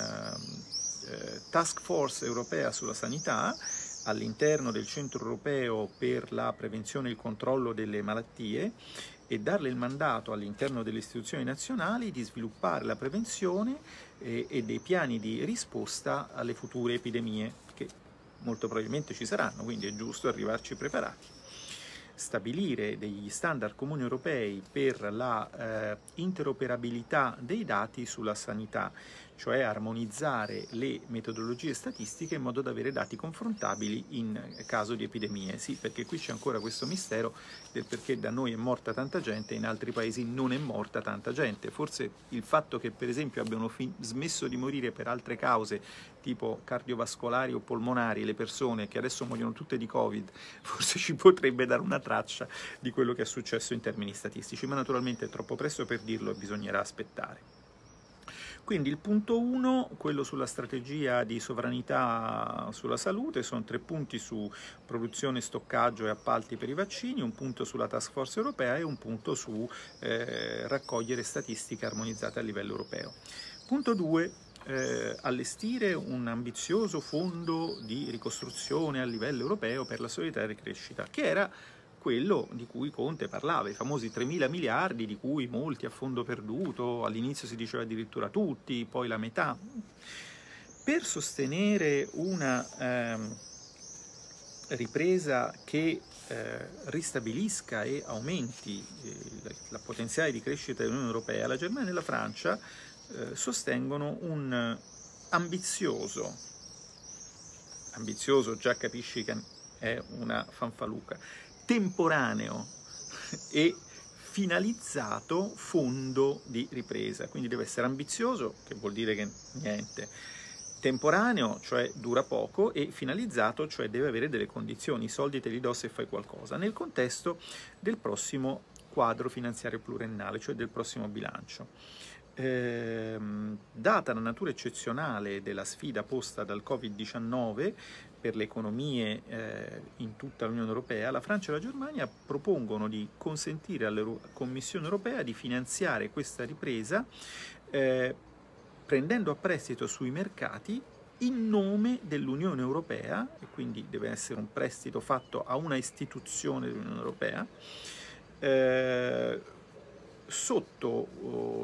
task force europea sulla sanità all'interno del Centro Europeo per la prevenzione e il controllo delle malattie e darle il mandato all'interno delle istituzioni nazionali di sviluppare la prevenzione e dei piani di risposta alle future epidemie, che molto probabilmente ci saranno, quindi è giusto arrivarci preparati. Stabilire degli standard comuni europei per la interoperabilità dei dati sulla sanità, cioè armonizzare le metodologie statistiche in modo da avere dati confrontabili in caso di epidemie. Sì, perché qui c'è ancora questo mistero del perché da noi è morta tanta gente e in altri paesi non è morta tanta gente. Forse il fatto che per esempio abbiano smesso di morire per altre cause tipo cardiovascolari o polmonari le persone che adesso muoiono tutte di Covid, forse ci potrebbe dare una traccia di quello che è successo in termini statistici, ma naturalmente è troppo presto per dirlo e bisognerà aspettare. Quindi il punto 1, quello sulla strategia di sovranità sulla salute, sono 3 punti su produzione, stoccaggio e appalti per i vaccini, un punto sulla task force europea e un punto su raccogliere statistiche armonizzate a livello europeo. Punto 2, allestire un ambizioso fondo di ricostruzione a livello europeo per la solidarietà e crescita, che era quello di cui Conte parlava, i famosi 3.000 miliardi, di cui molti a fondo perduto, all'inizio si diceva addirittura tutti, poi la metà. Per sostenere una ripresa che ristabilisca e aumenti la potenziale di crescita dell'Unione Europea, la Germania e la Francia sostengono un ambizioso, già capisci che è una fanfaluca, temporaneo e finalizzato fondo di ripresa. Quindi deve essere ambizioso, che vuol dire che niente, temporaneo, cioè dura poco, e finalizzato, cioè deve avere delle condizioni, i soldi te li do se fai qualcosa, nel contesto del prossimo quadro finanziario pluriennale, cioè del prossimo bilancio. Data la natura eccezionale della sfida posta dal Covid-19 per le economie in tutta l'Unione Europea, la Francia e la Germania propongono di consentire alla Commissione Europea di finanziare questa ripresa prendendo a prestito sui mercati in nome dell'Unione Europea, e quindi deve essere un prestito fatto a una istituzione dell'Unione Europea, sotto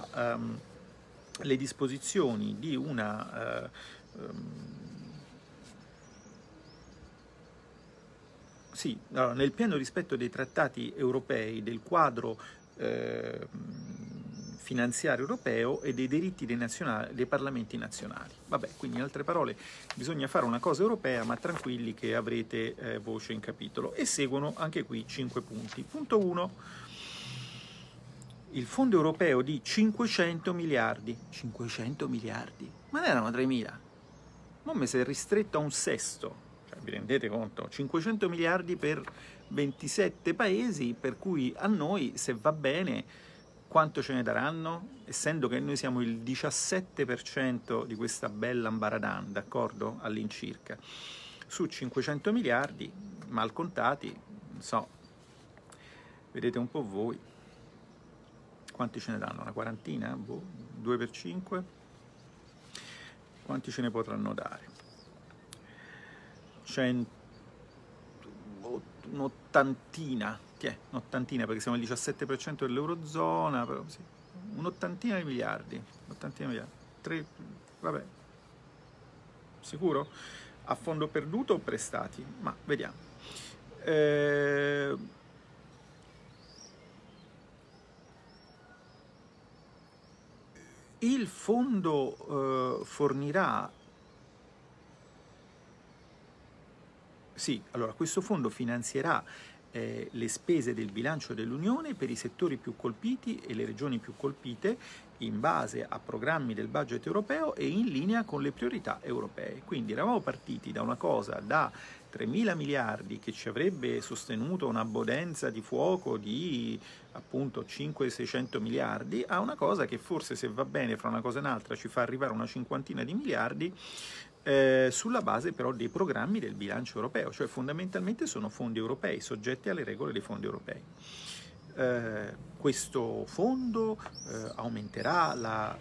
le disposizioni di una allora, nel pieno rispetto dei trattati europei, del quadro finanziario europeo e dei diritti dei parlamenti nazionali. Vabbè, quindi in altre parole bisogna fare una cosa europea, ma tranquilli che avrete voce in capitolo. E seguono anche qui 5 punti. Punto 1. Il fondo europeo di 500 miliardi. 500 miliardi? Ma ne erano 3.000. Non mi si è ristretto a un sesto. Cioè, vi rendete conto? 500 miliardi per 27 paesi, per cui a noi, se va bene, quanto ce ne daranno? Essendo che noi siamo il 17% di questa bella ambaradan, d'accordo? All'incirca. Su 500 miliardi, mal contati, non so, vedete un po' voi. Quanti ce ne danno? Una quarantina? Boh, 2 per 5? Quanti ce ne potranno dare? Un'ottantina, un'ottantina, perché siamo il 17% dell'Eurozona, però sì, un'ottantina di miliardi, 3, vabbè, sicuro? A fondo perduto o prestati? Ma vediamo. Il fondo fornirà, allora questo fondo finanzierà le spese del bilancio dell'Unione per i settori più colpiti e le regioni più colpite in base a programmi del budget europeo e in linea con le priorità europee. Quindi eravamo partiti da una cosa da 3.000 miliardi che ci avrebbe sostenuto una bodenza di fuoco di appunto 500-600 miliardi a una cosa che forse, se va bene fra una cosa e un'altra, ci fa arrivare una cinquantina di miliardi sulla base però dei programmi del bilancio europeo, cioè fondamentalmente sono fondi europei soggetti alle regole dei fondi europei. Questo fondo aumenterà la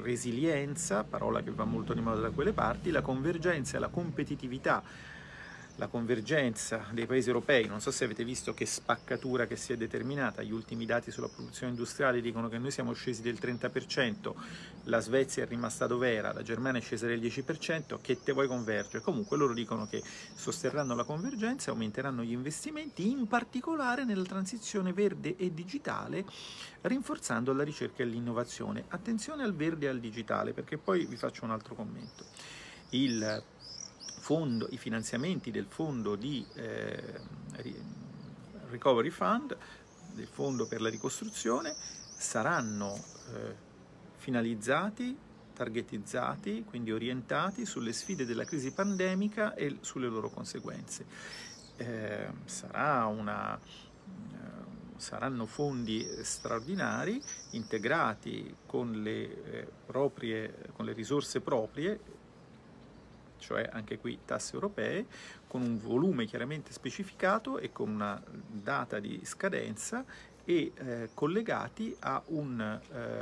resilienza, parola che va molto di moda da quelle parti, la convergenza e la competitività la convergenza dei paesi europei. Non so se avete visto che spaccatura che si è determinata, gli ultimi dati sulla produzione industriale dicono che noi siamo scesi del 30%, la Svezia è rimasta dove era, la Germania è scesa del 10%, che te vuoi convergere? Comunque loro dicono che sosterranno la convergenza e aumenteranno gli investimenti, in particolare nella transizione verde e digitale, rinforzando la ricerca e l'innovazione. Attenzione al verde e al digitale, perché poi vi faccio un altro commento. I finanziamenti del fondo di Recovery Fund, del fondo per la ricostruzione, saranno finalizzati, targetizzati, quindi orientati sulle sfide della crisi pandemica e sulle loro conseguenze. Saranno fondi straordinari integrati con le risorse proprie, cioè anche qui tasse europee, con un volume chiaramente specificato e con una data di scadenza e collegati a un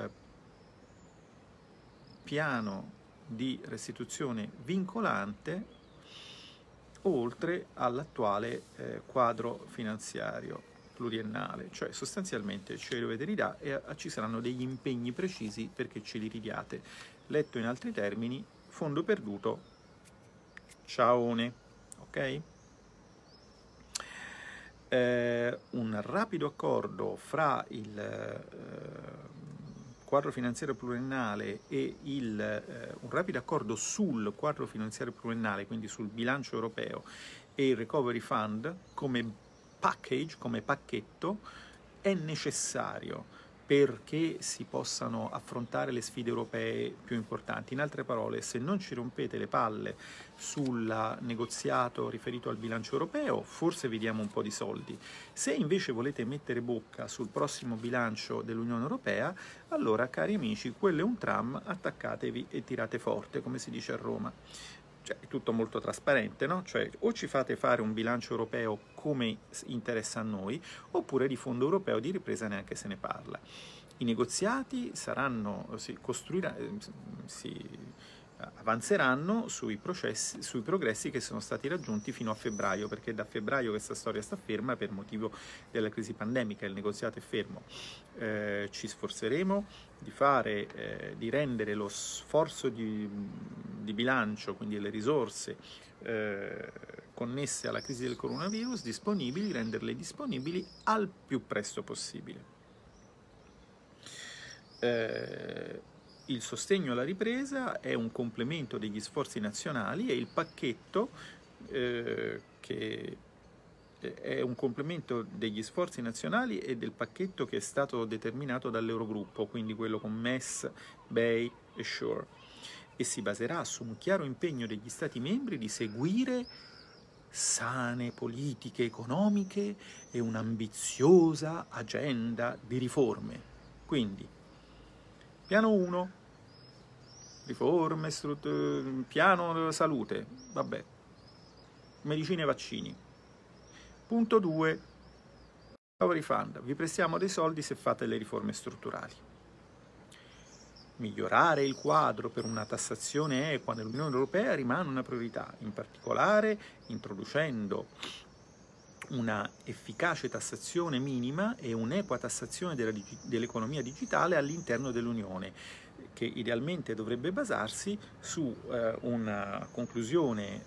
piano di restituzione vincolante oltre all'attuale quadro finanziario pluriennale, cioè sostanzialmente ce li dovete ridare e ci saranno degli impegni precisi perché ce li ridiate. Letto in altri termini, fondo perduto, ciaone, ok? Un rapido accordo fra il quadro finanziario pluriennale e un rapido accordo sul quadro finanziario pluriennale, quindi sul bilancio europeo e il Recovery Fund come package, come pacchetto, è necessario perché si possano affrontare le sfide europee più importanti. In altre parole, se non ci rompete le palle sul negoziato riferito al bilancio europeo, forse vi diamo un po' di soldi. Se invece volete mettere bocca sul prossimo bilancio dell'Unione Europea, allora, cari amici, quello è un tram, attaccatevi e tirate forte, come si dice a Roma. Cioè, è tutto molto trasparente, no? Cioè, o ci fate fare un bilancio europeo come interessa a noi, oppure di fondo europeo di ripresa neanche se ne parla. I negoziati avanzeranno sui progressi che sono stati raggiunti fino a febbraio, perché è da febbraio questa storia sta ferma per motivo della crisi pandemica, il negoziato è fermo. Ci sforzeremo di rendere lo sforzo di bilancio, quindi le risorse connesse alla crisi del coronavirus disponibili, renderle disponibili al più presto possibile. Il sostegno alla ripresa è un complemento degli sforzi nazionali e il pacchetto che è un complemento degli sforzi nazionali e del pacchetto che è stato determinato dall'Eurogruppo, quindi quello con MES, BEI e SURE, e si baserà su un chiaro impegno degli Stati membri di seguire sane politiche economiche e un'ambiziosa agenda di riforme. Quindi, piano 1, riforme, piano salute, vabbè, medicine e vaccini. Punto 2, Recovery Fund, vi prestiamo dei soldi se fate le riforme strutturali. Migliorare il quadro per una tassazione equa nell'Unione Europea rimane una priorità, in particolare introducendo una efficace tassazione minima e un'equa tassazione dell'economia digitale all'interno dell'Unione, che idealmente dovrebbe basarsi su una conclusione,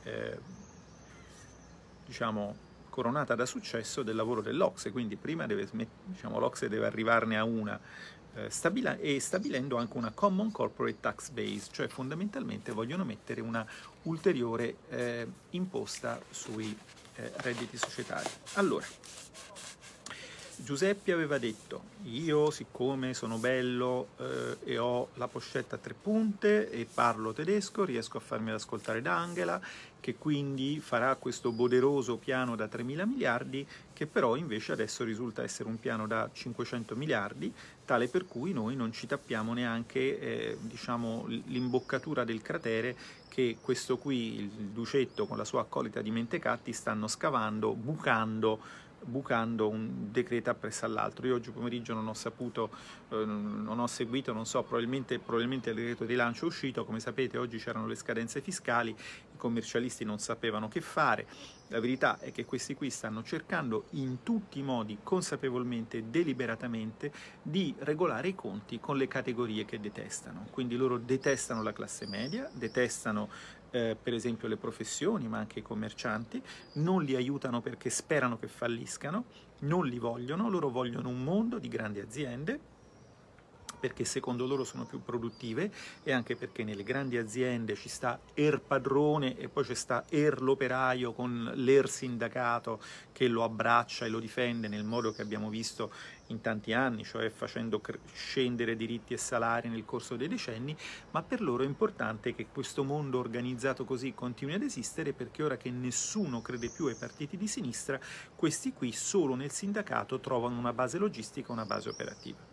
coronata da successo del lavoro dell'Ocse. Quindi prima l'Ocse deve arrivarne a una, stabilendo anche una Common Corporate Tax Base, cioè fondamentalmente vogliono mettere una ulteriore imposta sui redditi societari. Allora, Giuseppe aveva detto: io, siccome sono bello e ho la pochette a 3 punte e parlo tedesco, riesco a farmi ascoltare da Angela, che quindi farà questo poderoso piano da 3.000 miliardi, che però invece adesso risulta essere un piano da 500 miliardi, tale per cui noi non ci tappiamo neanche l'imboccatura del cratere che questo qui, il Ducetto con la sua accolita di mentecatti, stanno scavando, bucando bucando un decreto appresso all'altro. Io oggi pomeriggio non ho saputo, non ho seguito, non so, probabilmente il decreto rilancio è uscito, come sapete oggi c'erano le scadenze fiscali, i commercialisti non sapevano che fare. La verità è che questi qui stanno cercando in tutti i modi, consapevolmente, deliberatamente, di regolare i conti con le categorie che detestano. Quindi loro detestano la classe media, detestano per esempio le professioni, ma anche i commercianti, non li aiutano perché sperano che falliscano, non li vogliono, loro vogliono un mondo di grandi aziende, perché secondo loro sono più produttive e anche perché nelle grandi aziende ci sta padrone e poi ci sta l'operaio con sindacato che lo abbraccia e lo difende nel modo che abbiamo visto in tanti anni, cioè facendo scendere diritti e salari nel corso dei decenni, ma per loro è importante che questo mondo organizzato così continui ad esistere, perché ora che nessuno crede più ai partiti di sinistra, questi qui solo nel sindacato trovano una base logistica, una base operativa.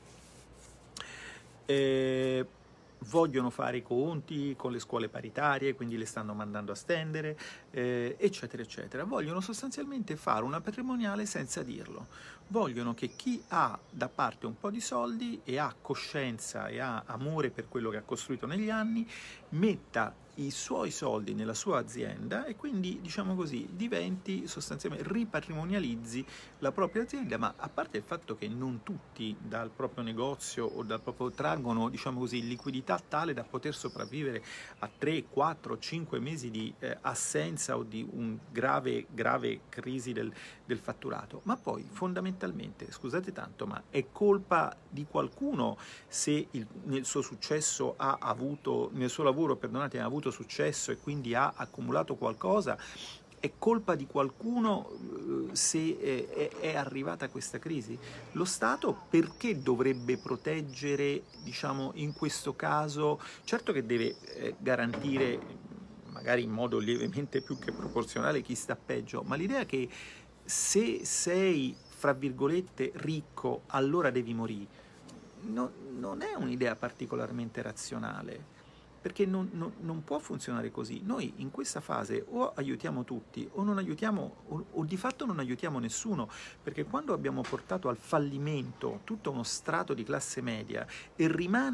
Vogliono fare i conti con le scuole paritarie, quindi le stanno mandando a stendere, eccetera, eccetera. Vogliono sostanzialmente fare una patrimoniale senza dirlo. Vogliono che chi ha da parte un po' di soldi e ha coscienza e ha amore per quello che ha costruito negli anni, metta i suoi soldi nella sua azienda e quindi, diciamo così, diventi sostanzialmente, ripatrimonializzi la propria azienda, ma a parte il fatto che non tutti dal proprio negozio o dal proprio traggono, diciamo così, liquidità tale da poter sopravvivere a 3, 4, 5 mesi di assenza o di un grave crisi del fatturato, ma poi fondamentalmente, scusate tanto, ma è colpa di qualcuno se nel suo successo ha avuto, nel suo lavoro, perdonate, ha avuto successo e quindi ha accumulato qualcosa? È colpa di qualcuno se è arrivata questa crisi? Lo Stato perché dovrebbe proteggere, diciamo, in questo caso? Certo che deve garantire, magari in modo lievemente più che proporzionale, chi sta peggio, ma l'idea che se sei, fra virgolette, ricco, allora devi morire, non è un'idea particolarmente razionale, perché non può funzionare così. Noi in questa fase o aiutiamo tutti o non aiutiamo, o di fatto non aiutiamo nessuno, perché quando abbiamo portato al fallimento tutto uno strato di classe media e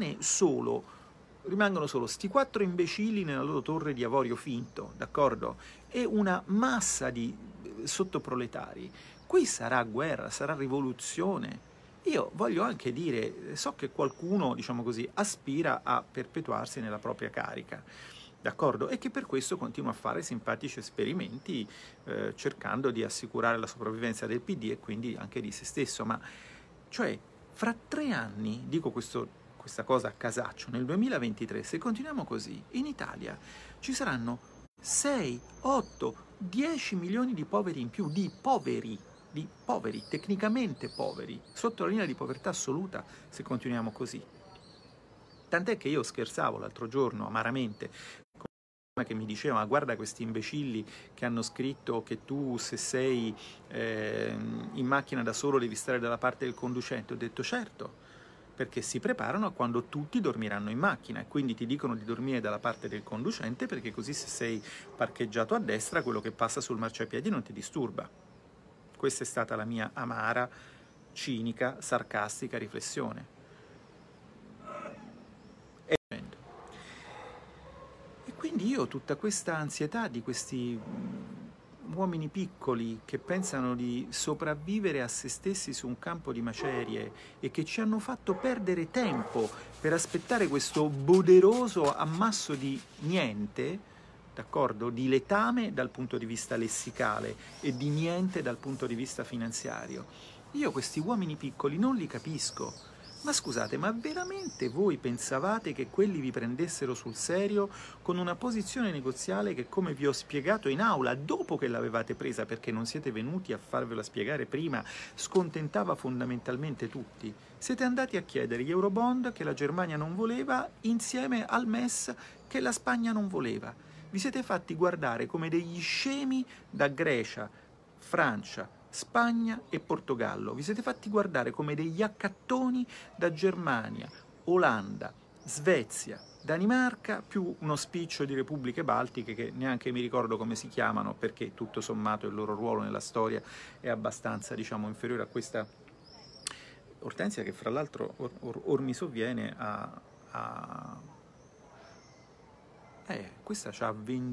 rimangono solo sti 4 imbecilli nella loro torre di avorio finto, d'accordo? E una massa di sottoproletari, qui sarà guerra, sarà rivoluzione. Io voglio anche dire, so che qualcuno, diciamo così, aspira a perpetuarsi nella propria carica, d'accordo? E che per questo continua a fare simpatici esperimenti cercando di assicurare la sopravvivenza del PD e quindi anche di se stesso, ma cioè fra 3 anni, dico questa cosa a casaccio, nel 2023, se continuiamo così, in Italia ci saranno 6, 8, 10 milioni di poveri in più, di poveri, tecnicamente poveri, sotto la linea di povertà assoluta, se continuiamo così. Tant'è che io scherzavo l'altro giorno, amaramente, con una che mi diceva: ma guarda questi imbecilli che hanno scritto che tu, se sei in macchina da solo, devi stare dalla parte del conducente. Ho detto certo, perché si preparano a quando tutti dormiranno in macchina e quindi ti dicono di dormire dalla parte del conducente, perché così se sei parcheggiato a destra quello che passa sul marciapiedi non ti disturba. Questa è stata la mia amara, cinica, sarcastica riflessione. E quindi io ho tutta questa ansietà di questi uomini piccoli che pensano di sopravvivere a se stessi su un campo di macerie e che ci hanno fatto perdere tempo per aspettare questo poderoso ammasso di niente, d'accordo? Di letame dal punto di vista lessicale e di niente dal punto di vista finanziario. Io questi uomini piccoli non li capisco. Ma scusate, ma veramente voi pensavate che quelli vi prendessero sul serio con una posizione negoziale che, come vi ho spiegato in aula, dopo che l'avevate presa perché non siete venuti a farvela spiegare prima, scontentava fondamentalmente tutti? Siete andati a chiedere gli Eurobond che la Germania non voleva insieme al MES che la Spagna non voleva. Vi siete fatti guardare come degli scemi da Grecia, Francia, Spagna e Portogallo. Vi siete fatti guardare come degli accattoni da Germania, Olanda, Svezia, Danimarca più uno spiccio di repubbliche baltiche che neanche mi ricordo come si chiamano, perché tutto sommato il loro ruolo nella storia è abbastanza, diciamo, inferiore a questa Ortensia, che fra l'altro or mi sovviene questa ha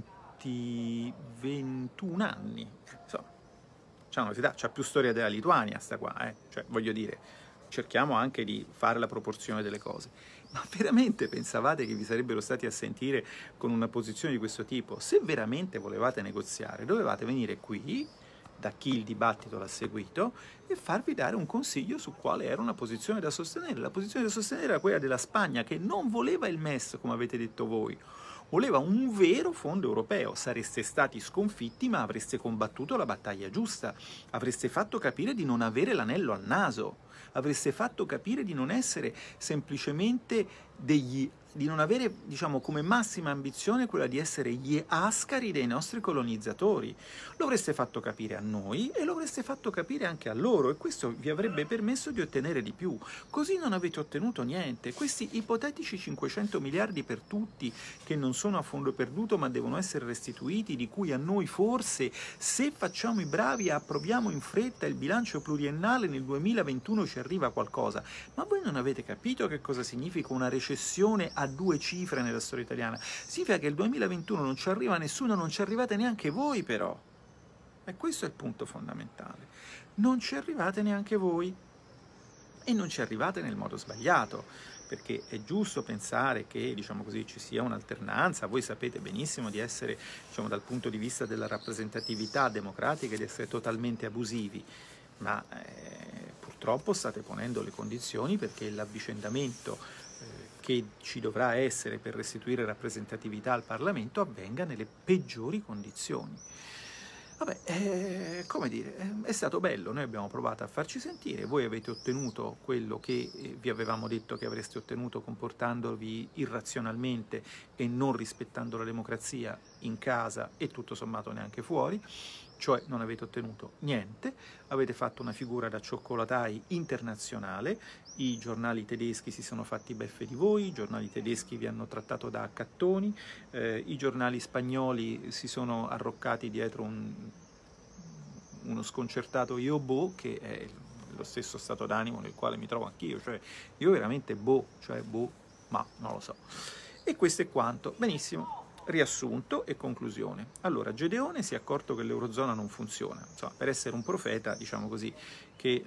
21 anni, insomma, c'ha più storia della Lituania sta qua, cioè voglio dire, cerchiamo anche di fare la proporzione delle cose. Ma veramente pensavate che vi sarebbero stati a sentire con una posizione di questo tipo? Se veramente volevate negoziare, dovevate venire qui, da chi il dibattito l'ha seguito, e farvi dare un consiglio su quale era una posizione da sostenere. La posizione da sostenere era quella della Spagna, che non voleva il MES, come avete detto voi, voleva un vero fondo europeo. Sareste stati sconfitti, ma avreste combattuto la battaglia giusta, avreste fatto capire di non avere l'anello al naso, avreste fatto capire di non essere semplicemente di non avere, diciamo, come massima ambizione quella di essere gli ascari dei nostri colonizzatori. Lo avreste fatto capire a noi e lo avreste fatto capire anche a loro, e questo vi avrebbe permesso di ottenere di più. Così non avete ottenuto niente. Questi ipotetici 500 miliardi per tutti, che non sono a fondo perduto ma devono essere restituiti, di cui a noi forse, se facciamo i bravi e approviamo in fretta il bilancio pluriennale, nel 2021 ci arriva qualcosa. Ma voi non avete capito che cosa significa una recessione a 2 cifre nella storia italiana? Significa che il 2021 non ci arriva nessuno, non ci arrivate neanche voi però. E questo è il punto fondamentale. Non ci arrivate neanche voi. E non ci arrivate nel modo sbagliato, perché è giusto pensare che, diciamo così, ci sia un'alternanza. Voi sapete benissimo di essere, diciamo, dal punto di vista della rappresentatività democratica, di essere totalmente abusivi, ma purtroppo state ponendo le condizioni perché l'avvicendamento che ci dovrà essere per restituire rappresentatività al Parlamento avvenga nelle peggiori condizioni. Vabbè, come dire, è stato bello, noi abbiamo provato a farci sentire, voi avete ottenuto quello che vi avevamo detto che avreste ottenuto comportandovi irrazionalmente e non rispettando la democrazia in casa e tutto sommato neanche fuori, cioè non avete ottenuto niente, avete fatto una figura da cioccolatai internazionale, i giornali tedeschi si sono fatti beffe di voi, i giornali tedeschi vi hanno trattato da accattoni, i giornali spagnoli si sono arroccati dietro uno sconcertato io boh, che è lo stesso stato d'animo nel quale mi trovo anch'io, cioè io veramente boh, cioè boh, ma non lo so. E questo è quanto. Benissimo. Riassunto e conclusione. Allora, Gedeone si è accorto che l'Eurozona non funziona, insomma, per essere un profeta, diciamo così, che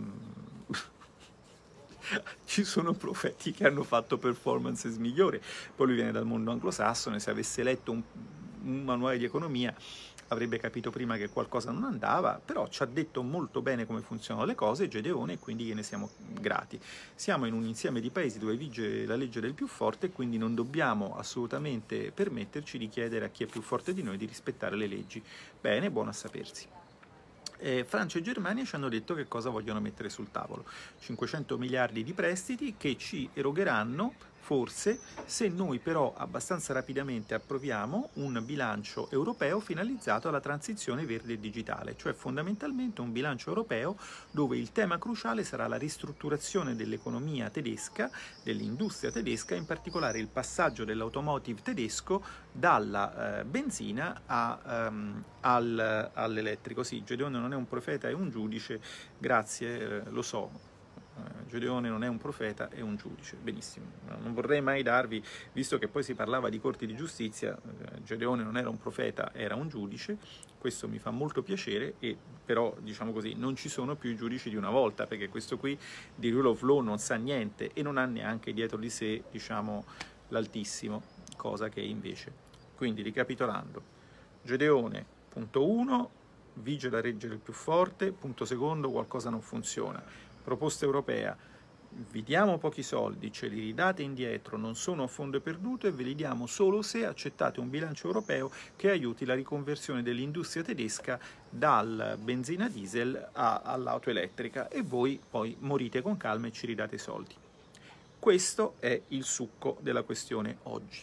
ci sono profeti che hanno fatto performances migliori. Poi lui viene dal mondo anglosassone, se avesse letto un manuale di economia avrebbe capito prima che qualcosa non andava, però ci ha detto molto bene come funzionano le cose Gedeone, e quindi gliene siamo grati. Siamo in un insieme di paesi dove vige la legge del più forte, e quindi non dobbiamo assolutamente permetterci di chiedere a chi è più forte di noi di rispettare le leggi. Bene, buono a sapersi. Francia e Germania ci hanno detto che cosa vogliono mettere sul tavolo: 500 miliardi di prestiti che ci erogheranno forse se noi però abbastanza rapidamente approviamo un bilancio europeo finalizzato alla transizione verde e digitale, cioè fondamentalmente un bilancio europeo dove il tema cruciale sarà la ristrutturazione dell'economia tedesca, dell'industria tedesca, in particolare il passaggio dell'automotive tedesco dalla benzina all'elettrico. Sì, Gedeone non è un profeta, è un giudice, grazie, lo so. Gedeone non è un profeta, è un giudice. Benissimo, non vorrei mai darvi, visto che poi si parlava di corti di giustizia, Gedeone non era un profeta, era un giudice, questo mi fa molto piacere, e però, diciamo così, non ci sono più i giudici di una volta, perché questo qui di rule of law non sa niente e non ha neanche dietro di sé, diciamo, l'Altissimo, cosa che invece. Quindi, ricapitolando, Gedeone, punto 1, vige la legge del più forte, punto secondo, qualcosa non funziona. Proposta europea: vi diamo pochi soldi, ce li ridate indietro, non sono a fondo perduto, e ve li diamo solo se accettate un bilancio europeo che aiuti la riconversione dell'industria tedesca dal benzina diesel all'auto elettrica, e voi poi morite con calma e ci ridate i soldi. Questo è il succo della questione oggi.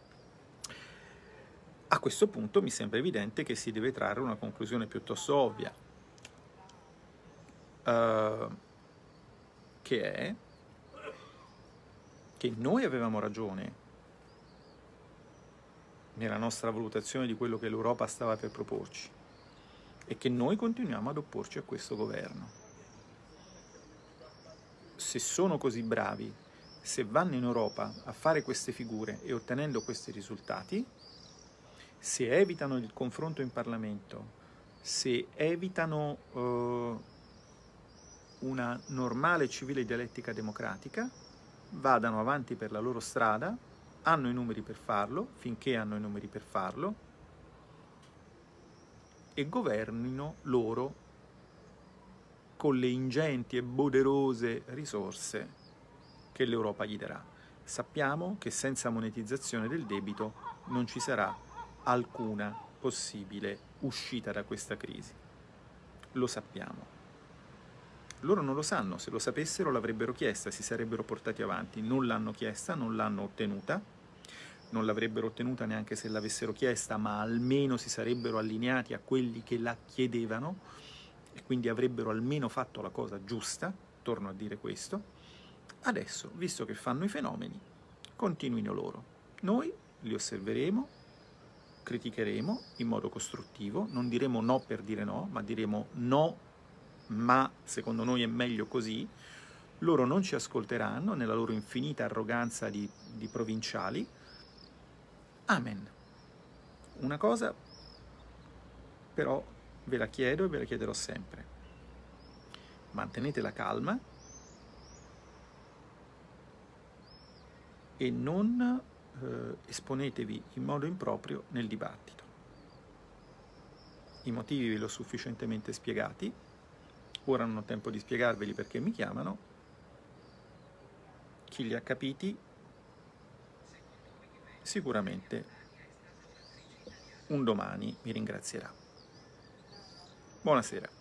A questo punto mi sembra evidente che si deve trarre una conclusione piuttosto ovvia, che è che noi avevamo ragione nella nostra valutazione di quello che l'Europa stava per proporci, e che noi continuiamo ad opporci a questo governo. Se sono così bravi, se vanno in Europa a fare queste figure e ottenendo questi risultati, se evitano il confronto in Parlamento, se evitano una normale e civile dialettica democratica, vadano avanti per la loro strada, hanno i numeri per farlo, finché hanno i numeri per farlo, e governino loro con le ingenti e poderose risorse che l'Europa gli darà. Sappiamo che senza monetizzazione del debito non ci sarà alcuna possibile uscita da questa crisi. Lo sappiamo. Loro non lo sanno, se lo sapessero l'avrebbero chiesta, si sarebbero portati avanti. Non l'hanno chiesta, non l'hanno ottenuta, non l'avrebbero ottenuta neanche se l'avessero chiesta, ma almeno si sarebbero allineati a quelli che la chiedevano e quindi avrebbero almeno fatto la cosa giusta, torno a dire questo. Adesso, visto che fanno i fenomeni, continuino loro. Noi li osserveremo, criticheremo in modo costruttivo, non diremo no per dire no, ma diremo no, ma secondo noi è meglio così. Loro non ci ascolteranno nella loro infinita arroganza di provinciali. Amen. Una cosa però ve la chiedo e ve la chiederò sempre: mantenete la calma e non esponetevi in modo improprio nel dibattito. I motivi ve li ho sufficientemente spiegati, ora non ho tempo di spiegarveli perché mi chiamano. Chi li ha capiti sicuramente un domani mi ringrazierà. Buonasera.